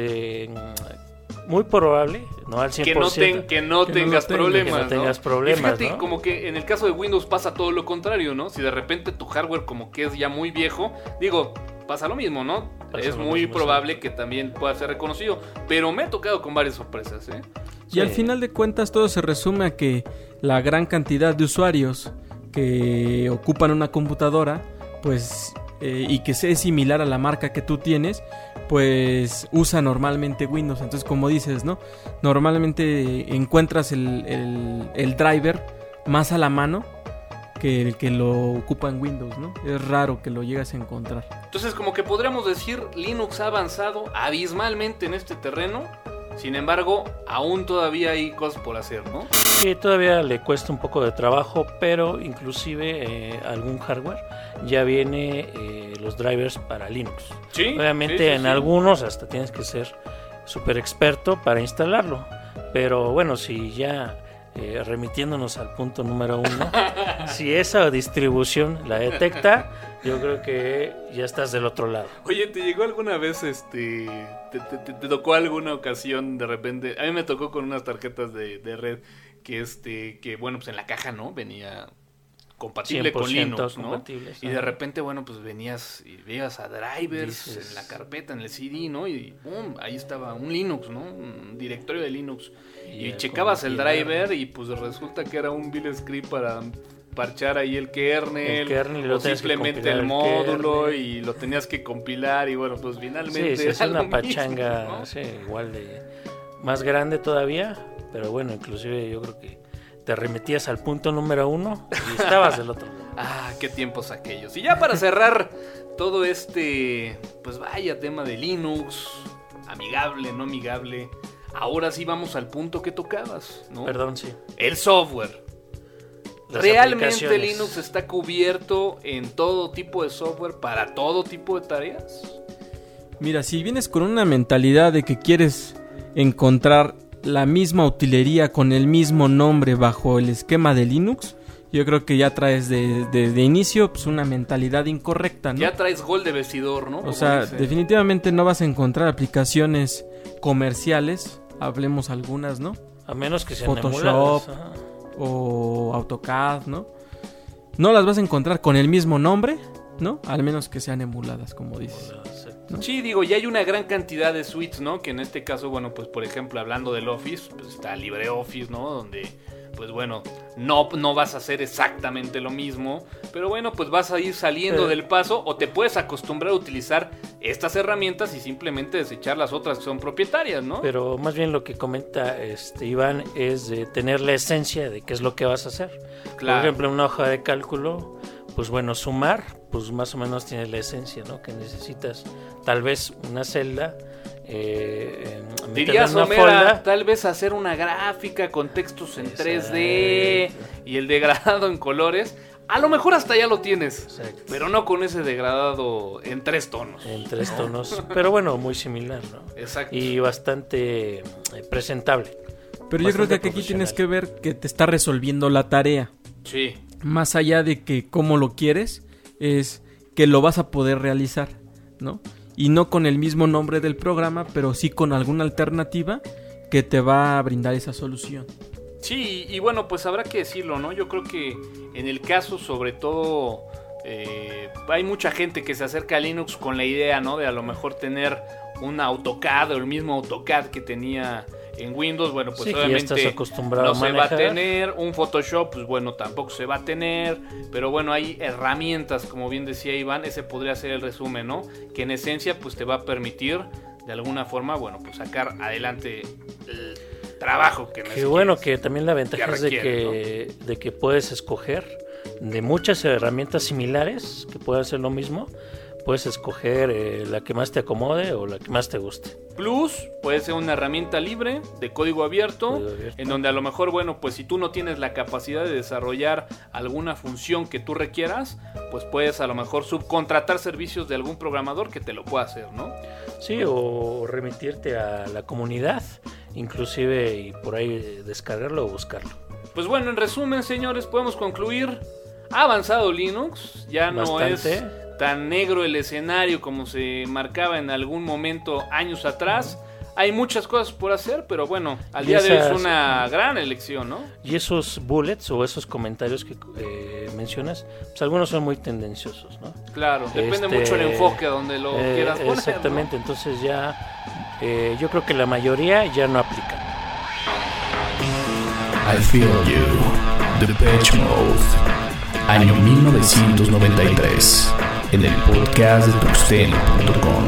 muy probable, no al 100%. Que no tengas problemas. Que no tengas problemas, Y fíjate, ¿no? como que en el caso de Windows pasa todo lo contrario, ¿no? Si de repente tu hardware como que es ya muy viejo, digo, pasa lo mismo, ¿no? Pasa Es lo muy mismo, probable sí. que también pueda ser reconocido. Pero me he tocado con varias sorpresas, ¿eh? Y al final de cuentas todo se resume a que la gran cantidad de usuarios que ocupan una computadora, pues, y que es similar a la marca que tú tienes, pues usa normalmente Windows. Entonces, como dices, ¿no? Normalmente encuentras el driver más a la mano que el que lo ocupa en Windows, ¿no? Es raro que lo llegas a encontrar. Entonces, como que podríamos decir, Linux ha avanzado abismalmente en este terreno. Sin embargo, aún todavía hay cosas por hacer, ¿no? Sí, todavía le cuesta un poco de trabajo, pero inclusive algún hardware ya viene los drivers para Linux. Sí. Obviamente sí, sí, en sí. algunos hasta tienes que ser súper experto para instalarlo. Pero bueno, si ya remitiéndonos al punto número 1, si esa distribución la detecta, yo creo que ya estás del otro lado. Oye, ¿te llegó alguna vez, te tocó alguna ocasión de repente? A mí me tocó con unas tarjetas de red que bueno, pues en la caja, ¿no? Venía compatible con 100% Linux, ¿no? compatibles, Y ajá. de repente, bueno, pues venías y veías a drivers Dices- en la carpeta, en el CD, ¿no? Y ¡pum! Ahí estaba un Linux, ¿no? Un directorio de Linux. Y ya checabas el compatible. driver y pues resulta que era un build script para parchar ahí el kernel, El kernel, y lo o tenías que simplemente el compilar el módulo kernel. y lo tenías que compilar y bueno, pues finalmente Sí, es era una lo mismo, pachanga, ¿no? sí, igual de más grande todavía, pero bueno, inclusive yo creo que te remetías al punto número 1 y estabas del otro lado. Ah, qué tiempos aquellos. Y ya para cerrar todo pues vaya tema de Linux, amigable, no amigable, ahora sí vamos al punto que tocabas, ¿no? Perdón, sí. El software. Las ¿Realmente aplicaciones. Linux está cubierto en todo tipo de software para todo tipo de tareas? Mira, si vienes con una mentalidad de que quieres encontrar la misma utilería con el mismo nombre bajo el esquema de Linux, yo creo que ya traes de inicio pues una mentalidad incorrecta, ¿no? Ya traes gol de vestidor, ¿no? O Como sea, dicen. definitivamente no vas a encontrar aplicaciones comerciales, hablemos algunas, ¿no? A menos que sean Photoshop. emuladas, ajá. O AutoCAD, ¿no? No las vas a encontrar con el mismo nombre, ¿no? Al menos que sean emuladas, como dices. Exacto. Sí, digo, ya hay una gran cantidad de suites, ¿no? Que en este caso, bueno, pues por ejemplo, hablando del Office, pues está LibreOffice, ¿no? Donde, pues bueno, no vas a hacer exactamente lo mismo, pero bueno, pues vas a ir saliendo del paso o te puedes acostumbrar a utilizar estas herramientas y simplemente desechar las otras que son propietarias, ¿no? Pero más bien lo que comenta Iván es de tener la esencia de qué es lo que vas a hacer. Claro. Por ejemplo, en una hoja de cálculo, pues bueno, sumar, pues más o menos tienes la esencia, ¿no? Que necesitas tal vez una celda, meterla Dirías, en una Homera, folda. tal vez hacer una gráfica con textos en Exacto. 3D y el degradado en colores. A lo mejor hasta ya lo tienes, Exacto. pero no con ese degradado en 3 tonos. En 3 tonos, pero bueno, muy similar, ¿no? Exacto. Y bastante presentable. Pero yo creo que Bastante aquí tienes que profesional. ver que te está resolviendo la tarea. Sí. Más allá de que cómo lo quieres, es que lo vas a poder realizar, ¿no? Y no con el mismo nombre del programa, pero sí con alguna alternativa que te va a brindar esa solución. Sí, y bueno, pues habrá que decirlo, ¿no? Yo creo que en el caso, sobre todo, hay mucha gente que se acerca a Linux con la idea, ¿no? De a lo mejor tener un AutoCAD o el mismo AutoCAD que tenía en Windows. Bueno, pues Sí, que ya obviamente estás acostumbrado no a se va a manejar. tener. Un Photoshop, pues bueno, tampoco se va a tener. Pero bueno, hay herramientas, como bien decía Iván, ese podría ser el resumen, ¿no? Que en esencia, pues te va a permitir, de alguna forma, bueno, pues sacar adelante el trabajo que Que necesitas. bueno, que también la ventaja es requiere, de que puedes escoger de muchas herramientas similares que pueden hacer lo mismo. Puedes escoger la que más te acomode o la que más te guste. Plus puede ser una herramienta libre de código abierto, Código abierto. en donde a lo mejor, bueno, pues si tú no tienes la capacidad de desarrollar alguna función que tú requieras, pues puedes a lo mejor subcontratar servicios de algún programador que te lo pueda hacer, ¿no? Sí, o remitirte a la comunidad, inclusive, y por ahí descargarlo o buscarlo. Pues bueno, en resumen, señores, podemos concluir: ha avanzado Linux, ya no Bastante. es tan negro el escenario como se marcaba en algún momento años atrás. Hay muchas cosas por hacer, pero bueno, al Y día de hoy es esas- una gran elección, ¿no? Y esos bullets o esos comentarios que mencionas, pues algunos son muy tendenciosos, ¿no? Claro, depende Este, mucho el enfoque a donde lo quieras poner, ¿no? Exactamente, entonces ya yo creo que la mayoría ya no aplican. I Feel You, Depeche Mode, año 1993, en el podcast de tuxteno.com.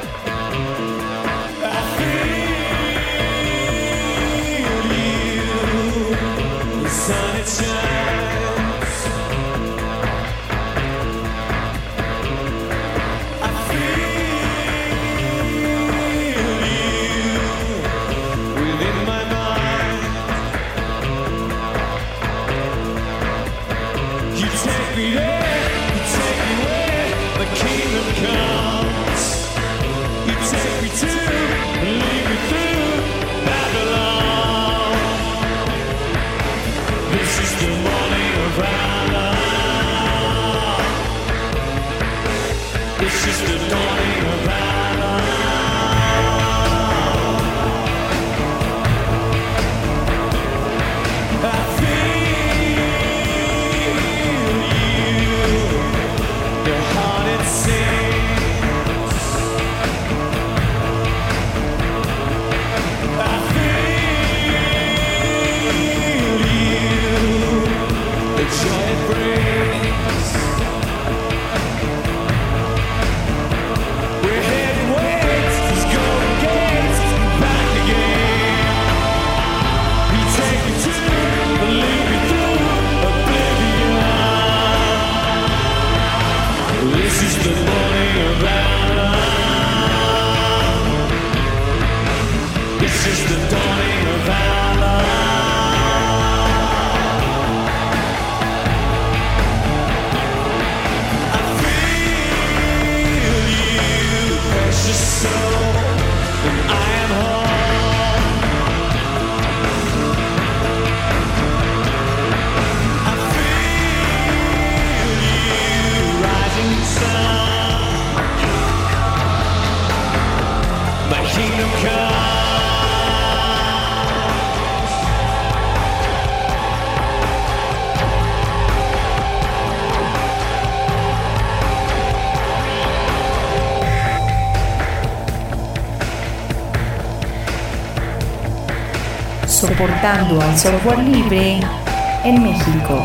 Soportando al software libre en México.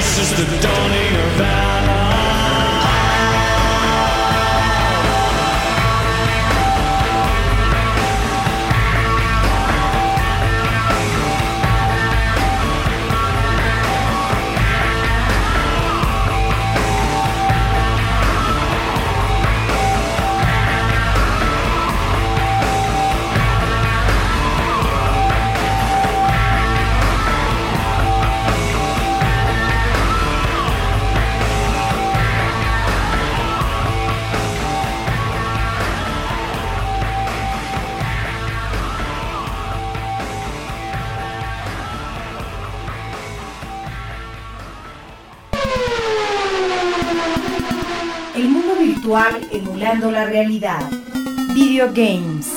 This is the dawning of valor. El mundo virtual emulando la realidad. Video games.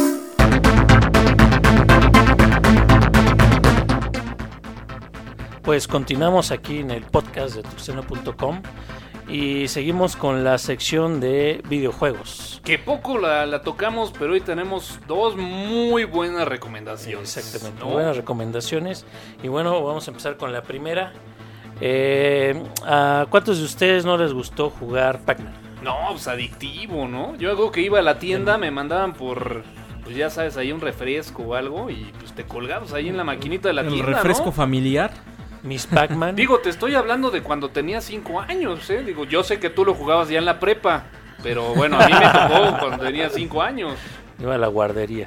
Pues continuamos aquí en el podcast de tuxteno.com y seguimos con la sección de videojuegos. Que poco la tocamos, pero hoy tenemos dos muy buenas recomendaciones. Exactamente, ¿no? buenas recomendaciones. Y bueno, vamos a empezar con la primera. ¿A cuántos de ustedes no les gustó jugar Pac-Man? No, pues adictivo, ¿no? Yo algo que iba a la tienda, me mandaban por, pues ya sabes, ahí un refresco o algo y pues te colgabas ahí en la maquinita de la El tienda, refresco ¿no? familiar. Miss Pac-Man. Digo, te estoy hablando de cuando tenía 5 años, ¿eh? Digo, yo sé que tú lo jugabas ya en la prepa, pero bueno, a mí me tocó cuando tenía 5 años. Iba a la guardería.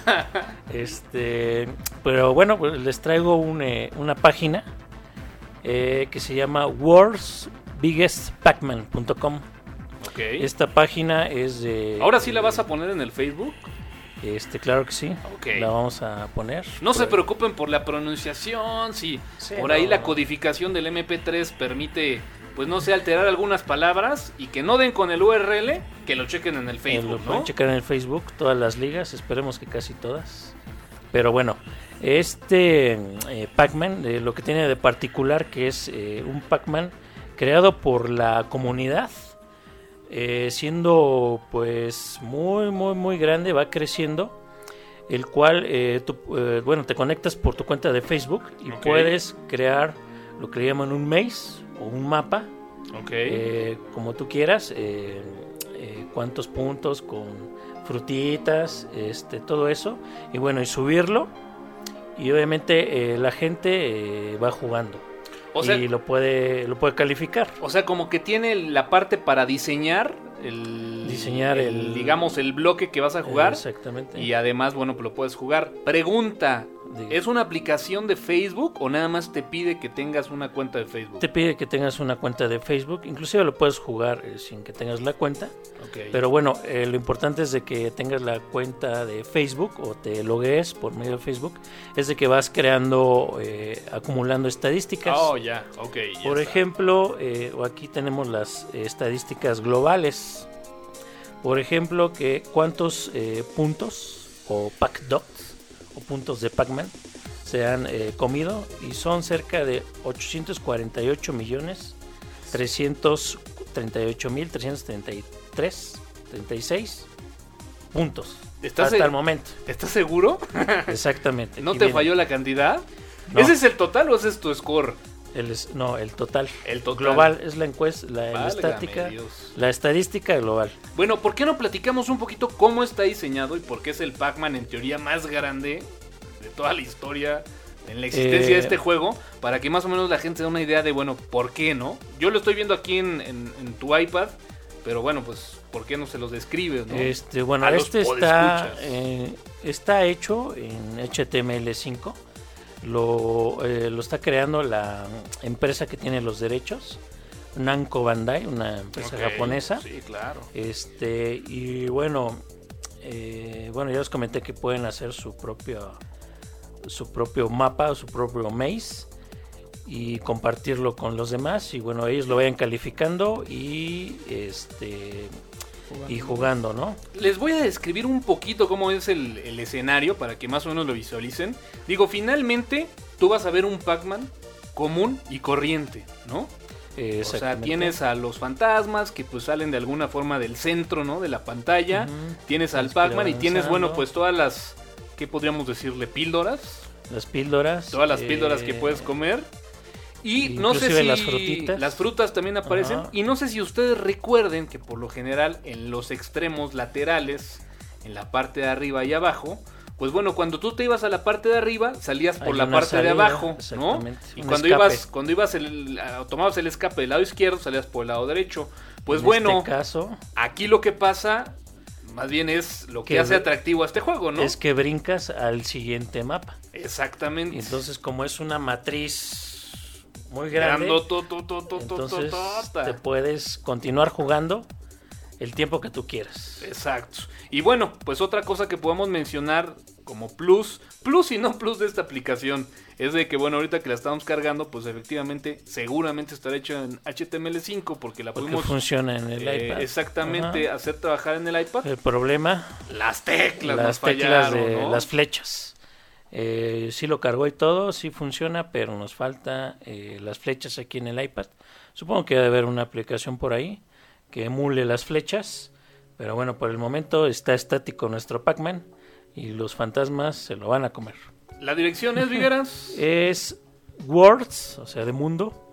Pero bueno, pues les traigo una página que se llama worldsbiggestpacman.com. Ok. Esta página es de... ¿Ahora sí la vas a poner en el Facebook? Claro que sí. Ok. La vamos a poner. No se preocupen por la pronunciación, sí. Sí, Por ahí no. la codificación del MP3 permite, pues no sé, alterar algunas palabras y que no den con el URL, que lo chequen en el Lo Facebook, pueden ¿no? checar en el Facebook, todas las ligas, esperemos que casi todas. Pero bueno, Pac-Man, lo que tiene de particular que es un Pac-Man creado por la comunidad, siendo pues muy grande, va creciendo, el cual te conectas por tu cuenta de Facebook y Ok. puedes crear lo que le llaman un maze o un mapa, Ok. como tú quieras, cuántos puntos con frutitas, todo eso, y bueno, y subirlo, y obviamente la gente va jugando. O sea, y lo puede calificar. o sea, como que tiene la parte para diseñar digamos, el bloque que vas a jugar. Exactamente. Y además, bueno, pues lo puedes jugar. Pregunta, Diga. ¿es una aplicación de Facebook o nada más te pide que tengas una cuenta de Facebook? Te pide que tengas una cuenta de Facebook, inclusive lo puedes jugar sin que tengas la cuenta. Ok. Pero bueno, lo importante es de que tengas la cuenta de Facebook o te loguees por medio de Facebook, es de que vas creando, acumulando estadísticas. Oh, ya, ok. ya Por está. ejemplo, aquí tenemos las estadísticas globales. Por ejemplo, que cuántos puntos o Pac-Dots o puntos de Pac-Man se han comido, y son cerca de 848.338.336 puntos ¿Estás hasta el momento. ¿Estás seguro? Exactamente. ¿No Y te viene falló la cantidad? No. ¿Ese es el total o ese es tu score? No, el total. El total. Global es la encuesta, la Válgame estática, Dios. la estadística global. Bueno, ¿por qué no platicamos un poquito cómo está diseñado y por qué es el Pac-Man en teoría más grande de toda la historia en la existencia de este juego? Para que más o menos la gente se dé una idea de, bueno, ¿por qué no? Yo lo estoy viendo aquí en tu iPad, pero bueno, pues, ¿por qué no se los describes, no? Bueno, A los está podescuchas. hecho en HTML5. Lo está creando la empresa que tiene los derechos, Namco Bandai, una empresa Ok, japonesa. Sí, claro. Y bueno, ya les comenté que pueden hacer su propio mapa, su propio maze, y compartirlo con los demás, y bueno, ellos lo vayan calificando y jugando, ¿no? Les voy a describir un poquito cómo es el escenario para que más o menos lo visualicen. Digo, finalmente tú vas a ver un Pac-Man común y corriente, ¿no? O sea, Exactamente. tienes a los fantasmas que pues salen de alguna forma del centro, ¿no? De la pantalla. Ujú. Tienes al Tienes que ir Pac-Man y tienes, bueno, avanzando. pues todas las, ¿qué podríamos decirle? Píldoras. Las píldoras. Todas las píldoras que puedes comer. Y no sé Inclusive si las frutitas. las frutas también aparecen. Ajá. Y no sé si ustedes recuerden que por lo general en los extremos laterales, en la parte de arriba y abajo, pues bueno, cuando tú te ibas a la parte de arriba, salías por Hay la una parte de salida, abajo, ¿no? exactamente, Y un cuando escape. ibas tomabas el escape del lado izquierdo, salías por el lado derecho. Pues En bueno, este caso aquí lo que pasa, más bien es lo que Que hace atractivo a este juego, ¿no? es que brincas al siguiente mapa. Exactamente. Y entonces, como es una matriz muy grande, entonces Grandotototototota. te puedes continuar jugando el tiempo que tú quieras. Exacto. Y bueno, pues otra cosa que podemos mencionar como plus y no plus de esta aplicación, es de que bueno, ahorita que la estamos cargando, pues efectivamente, seguramente estará hecho en HTML5 porque la Porque pudimos funciona en el iPad. exactamente Ajá. hacer trabajar en el iPad. El problema, Las teclas nos las teclas fallaron, de ¿no? las flechas. Sí lo cargó y todo, sí funciona, pero nos falta las flechas aquí en el iPad. Supongo que debe haber una aplicación por ahí que emule las flechas, pero bueno, por el momento está estático nuestro Pac-Man y los fantasmas se lo van a comer. La dirección es, Vigueras. Es World's, o sea, de mundo,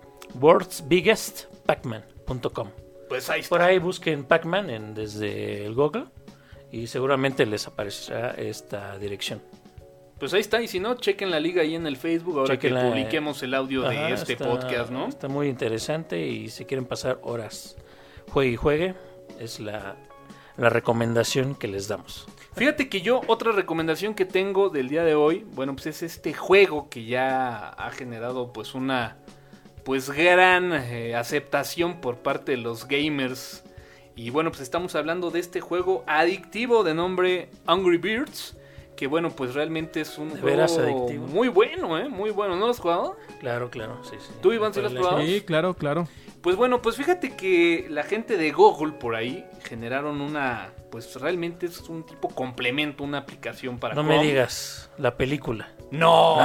worldsbiggestpacman.com. Pues ahí está. Por ahí busquen Pac-Man desde el Google y seguramente les aparecerá esta dirección. Pues ahí está, y si no, chequen la liga ahí en el Facebook ahora Chequenla, que publiquemos el audio de Ajá, este está- podcast, ¿no? Está muy interesante y si quieren pasar horas juegue y juegue, es la recomendación que les damos. Fíjate que yo, otra recomendación que tengo del día de hoy, bueno, pues es este juego que ya ha generado pues una pues gran aceptación por parte de los gamers. Y bueno, pues estamos hablando de este juego adictivo de nombre Angry Birds, que bueno, pues realmente es un ¿De juego veras adictivo? muy bueno, muy bueno. ¿No lo has jugado? Claro, sí. ¿Tú, Iván, sí lo has probado? Sí, claro, claro. Pues bueno, pues fíjate que la gente de Google por ahí generaron una, pues realmente es un tipo complemento, una aplicación para No Chrome. me digas, la película. No,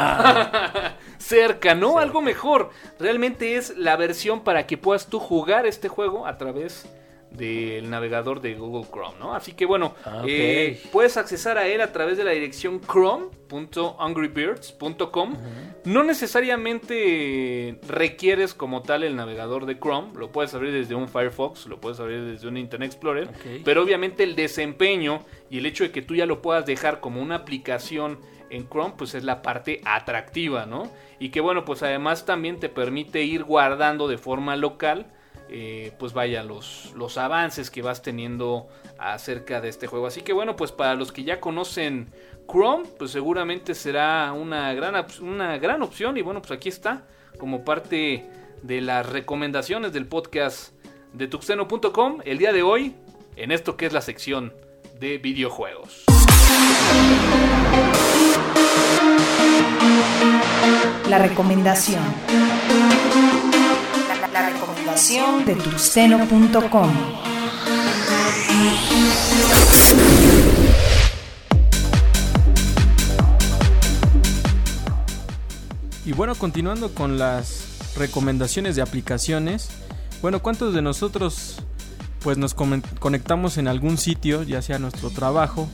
cerca, ¿no? Cerca. Algo mejor. Realmente es la versión para que puedas tú jugar este juego a través del navegador de Google Chrome, ¿no? Así que bueno, Ok. puedes accesar a él a través de la dirección chrome.angrybirds.com. No necesariamente requieres como tal el navegador de Chrome, lo puedes abrir desde un Firefox, lo puedes abrir desde un Internet Explorer, Ok. pero obviamente el desempeño y el hecho de que tú ya lo puedas dejar como una aplicación en Chrome, pues es la parte atractiva, ¿no? Y que bueno, pues además también te permite ir guardando de forma local, pues vaya, los avances que vas teniendo acerca de este juego. Así que bueno, pues para los que ya conocen Chrome, pues seguramente será una gran opción. Y bueno, pues aquí está, como parte de las recomendaciones del podcast de tuxteno.com, el día de hoy, en esto que es la sección de videojuegos. La recomendación. La recomendación de tuxteno.com. Y bueno, continuando con las recomendaciones de aplicaciones. Bueno, ¿cuántos de nosotros pues nos conectamos en algún sitio, ya sea nuestro trabajo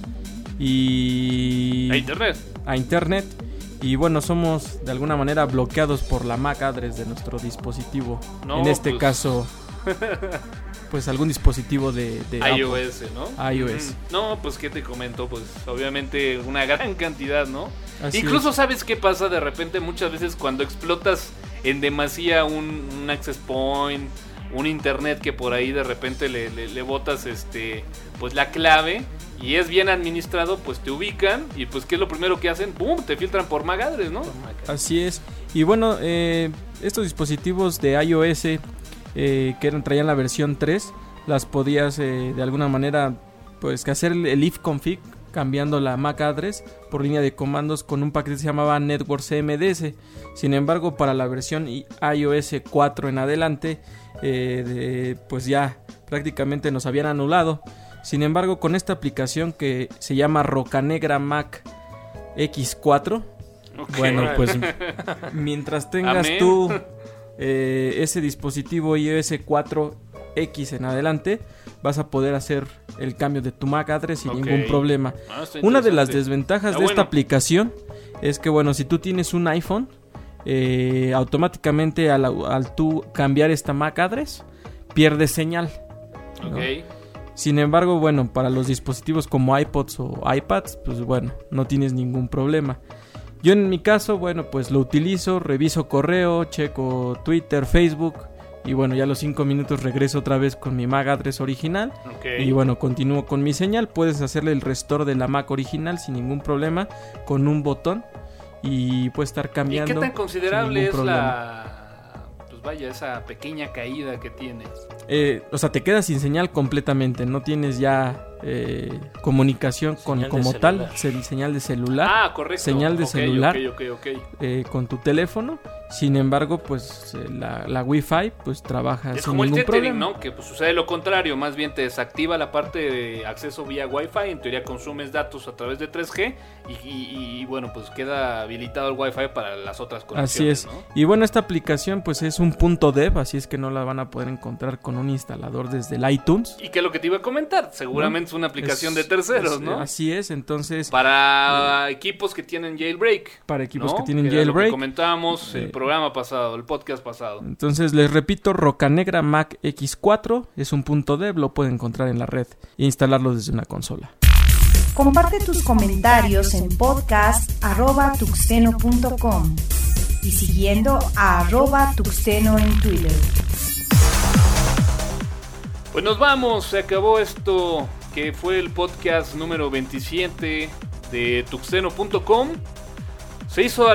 y A internet. y bueno, somos de alguna manera bloqueados por la MAC address de nuestro dispositivo? No, en este pues. caso, pues algún dispositivo de Apple. iOS, ¿no? iOS. No, pues qué te comento, pues obviamente una gran cantidad, ¿no? Así Incluso es. sabes qué pasa de repente muchas veces cuando explotas en demasía un access point, un internet que por ahí de repente le botas pues la clave y es bien administrado, pues te ubican y pues ¿qué es lo primero que hacen? ¡Pum! Te filtran por magadres, ¿no? Así es. Y bueno, estos dispositivos de iOS que traían la versión 3, las podías de alguna manera pues que hacer el ifconfig cambiando la MAC address por línea de comandos con un paquete que se llamaba Network CMDS. Sin embargo, para la versión iOS 4 en adelante, pues ya prácticamente nos habían anulado. Sin embargo, con esta aplicación que se llama Rocanegra Mac X4, Ok. bueno, pues mientras tengas Amén. tú ese dispositivo iOS 4X en adelante, vas a poder hacer el cambio de tu MAC address sin Ok. ningún problema. Ah, está Una de las interesante. desventajas Ah, de esta bueno. aplicación es que, bueno, si tú tienes un iPhone, automáticamente al tú cambiar esta MAC address, pierdes señal, ¿no? Ok. Sin embargo, bueno, para los dispositivos como iPods o iPads, pues bueno, no tienes ningún problema. Yo en mi caso, bueno, pues lo utilizo, reviso correo, checo Twitter, Facebook y bueno, ya a los 5 minutos regreso otra vez con mi MAC address original. Ok. Y bueno, continúo con mi señal. Puedes hacerle el restore de la Mac original sin ningún problema con un botón y puedes estar ¿Y cambiando. qué tan considerable sin es ningún problema. pues vaya, esa pequeña caída que tiene? O sea, te quedas sin señal completamente. No tienes ya comunicación Señal como de tal, celular. señal de celular. Ah, correcto. Señal de Ok, celular. ok. Con tu teléfono. Sin embargo, pues la Wi-Fi pues trabaja Es sin como el ningún tethering, problema. ¿no? Que pues sucede lo contrario, más bien te desactiva la parte de acceso vía Wi-Fi, en teoría consumes datos a través de 3G y bueno, pues queda habilitado el Wi-Fi para las otras Así conexiones, es. ¿no? Y bueno, esta aplicación pues es un .dev, así es que no la van a poder encontrar con un instalador desde el iTunes. Y que es lo que te iba a comentar, seguramente es una aplicación de terceros, ¿no? Así es, entonces Para equipos que tienen jailbreak. para equipos ¿no? que tienen era lo que jailbreak. comentábamos el Sí. programa pasado, el podcast pasado. Entonces les repito, Rocanegra Mac X4 es un .dev, lo pueden encontrar en la red e instalarlo desde una consola. Comparte tus comentarios en podcast@tuxteno.com y siguiendo a @tuxteno en Twitter. Pues nos vamos, se acabó esto que fue el podcast número 27 de tuxteno.com. Se hizo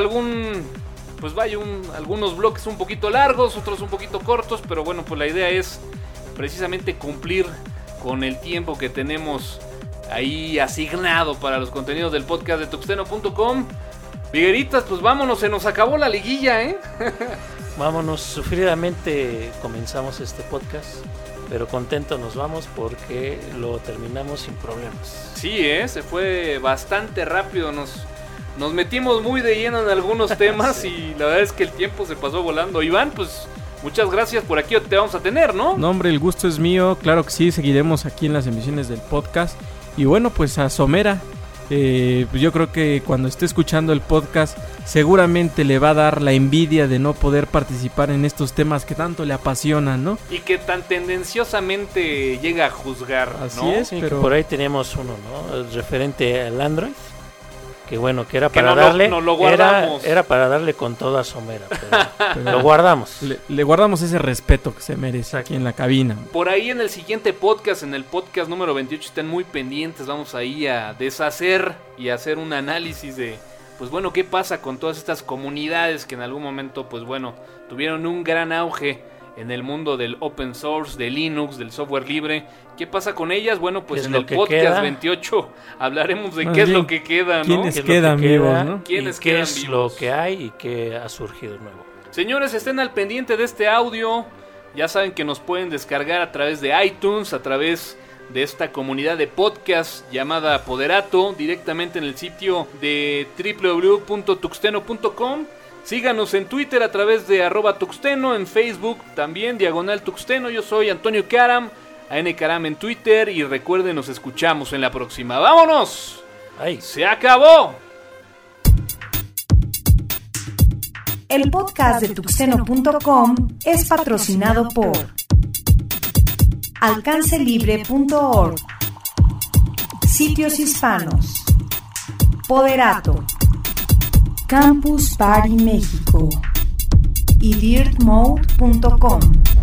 algunos bloques un poquito largos, otros un poquito cortos, pero bueno, pues la idea es precisamente cumplir con el tiempo que tenemos ahí asignado para los contenidos del podcast de tuxteno.com. Vigueritas, pues vámonos, se nos acabó la liguilla, ¿eh? Vámonos, sufridamente comenzamos este podcast, pero contentos nos vamos porque lo terminamos sin problemas. Sí, se fue bastante rápido, nos metimos muy de lleno en algunos temas Sí. y la verdad es que el tiempo se pasó volando. Iván, pues muchas gracias, por aquí te vamos a tener, ¿no? No, hombre, el gusto es mío, claro que sí, seguiremos aquí en las emisiones del podcast. Y bueno, pues a Somera, pues yo creo que cuando esté escuchando el podcast seguramente le va a dar la envidia de no poder participar en estos temas que tanto le apasionan, ¿no? Y que tan tendenciosamente llega a juzgar, Así ¿no? es. Sí, pero- que por ahí teníamos uno, ¿no? El referente al Android, que bueno, que era Que para no darle, lo guardamos. era para darle con toda Somera, pero pero lo guardamos. le guardamos ese respeto que se merece aquí en la cabina. Por ahí en el siguiente podcast, en el podcast número 28, estén muy pendientes, vamos ahí a deshacer y hacer un análisis de, pues bueno, qué pasa con todas estas comunidades que en algún momento, pues bueno, tuvieron un gran auge en el mundo del open source, de Linux, del software libre. ¿Qué pasa con ellas? Bueno, pues ¿Qué es en lo el que podcast queda? 28 hablaremos de Más qué es bien, lo que queda, ¿no? ¿quiénes ¿Qué es lo quedan que vivos, queda? no? ¿Quiénes ¿Y qué quedan es vivos? lo que hay y qué ha surgido nuevo? Señores, estén al pendiente de este audio. Ya saben que nos pueden descargar a través de iTunes, a través de esta comunidad de podcast llamada Poderato, directamente en el sitio de www.tuxteno.com. Síganos en Twitter a través de @tuxteno, en Facebook también, /tuxteno. Yo soy Antonio Karam, @Karam en Twitter. Y recuerden, nos escuchamos en la próxima. ¡Vámonos! Ay, ¡Se acabó! El podcast de tuxteno.com es patrocinado por alcancelibre.org, Sitios Hispanos, Poderato, Campus Party México y dirtmode.com.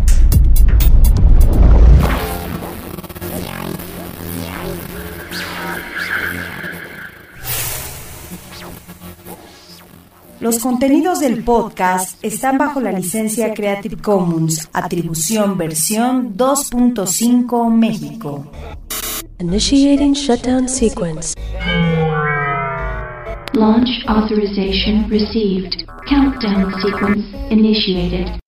Los contenidos del podcast están bajo la licencia Creative Commons, atribución versión 2.5 México. Initiating shutdown sequence. Launch authorization received. Countdown sequence initiated.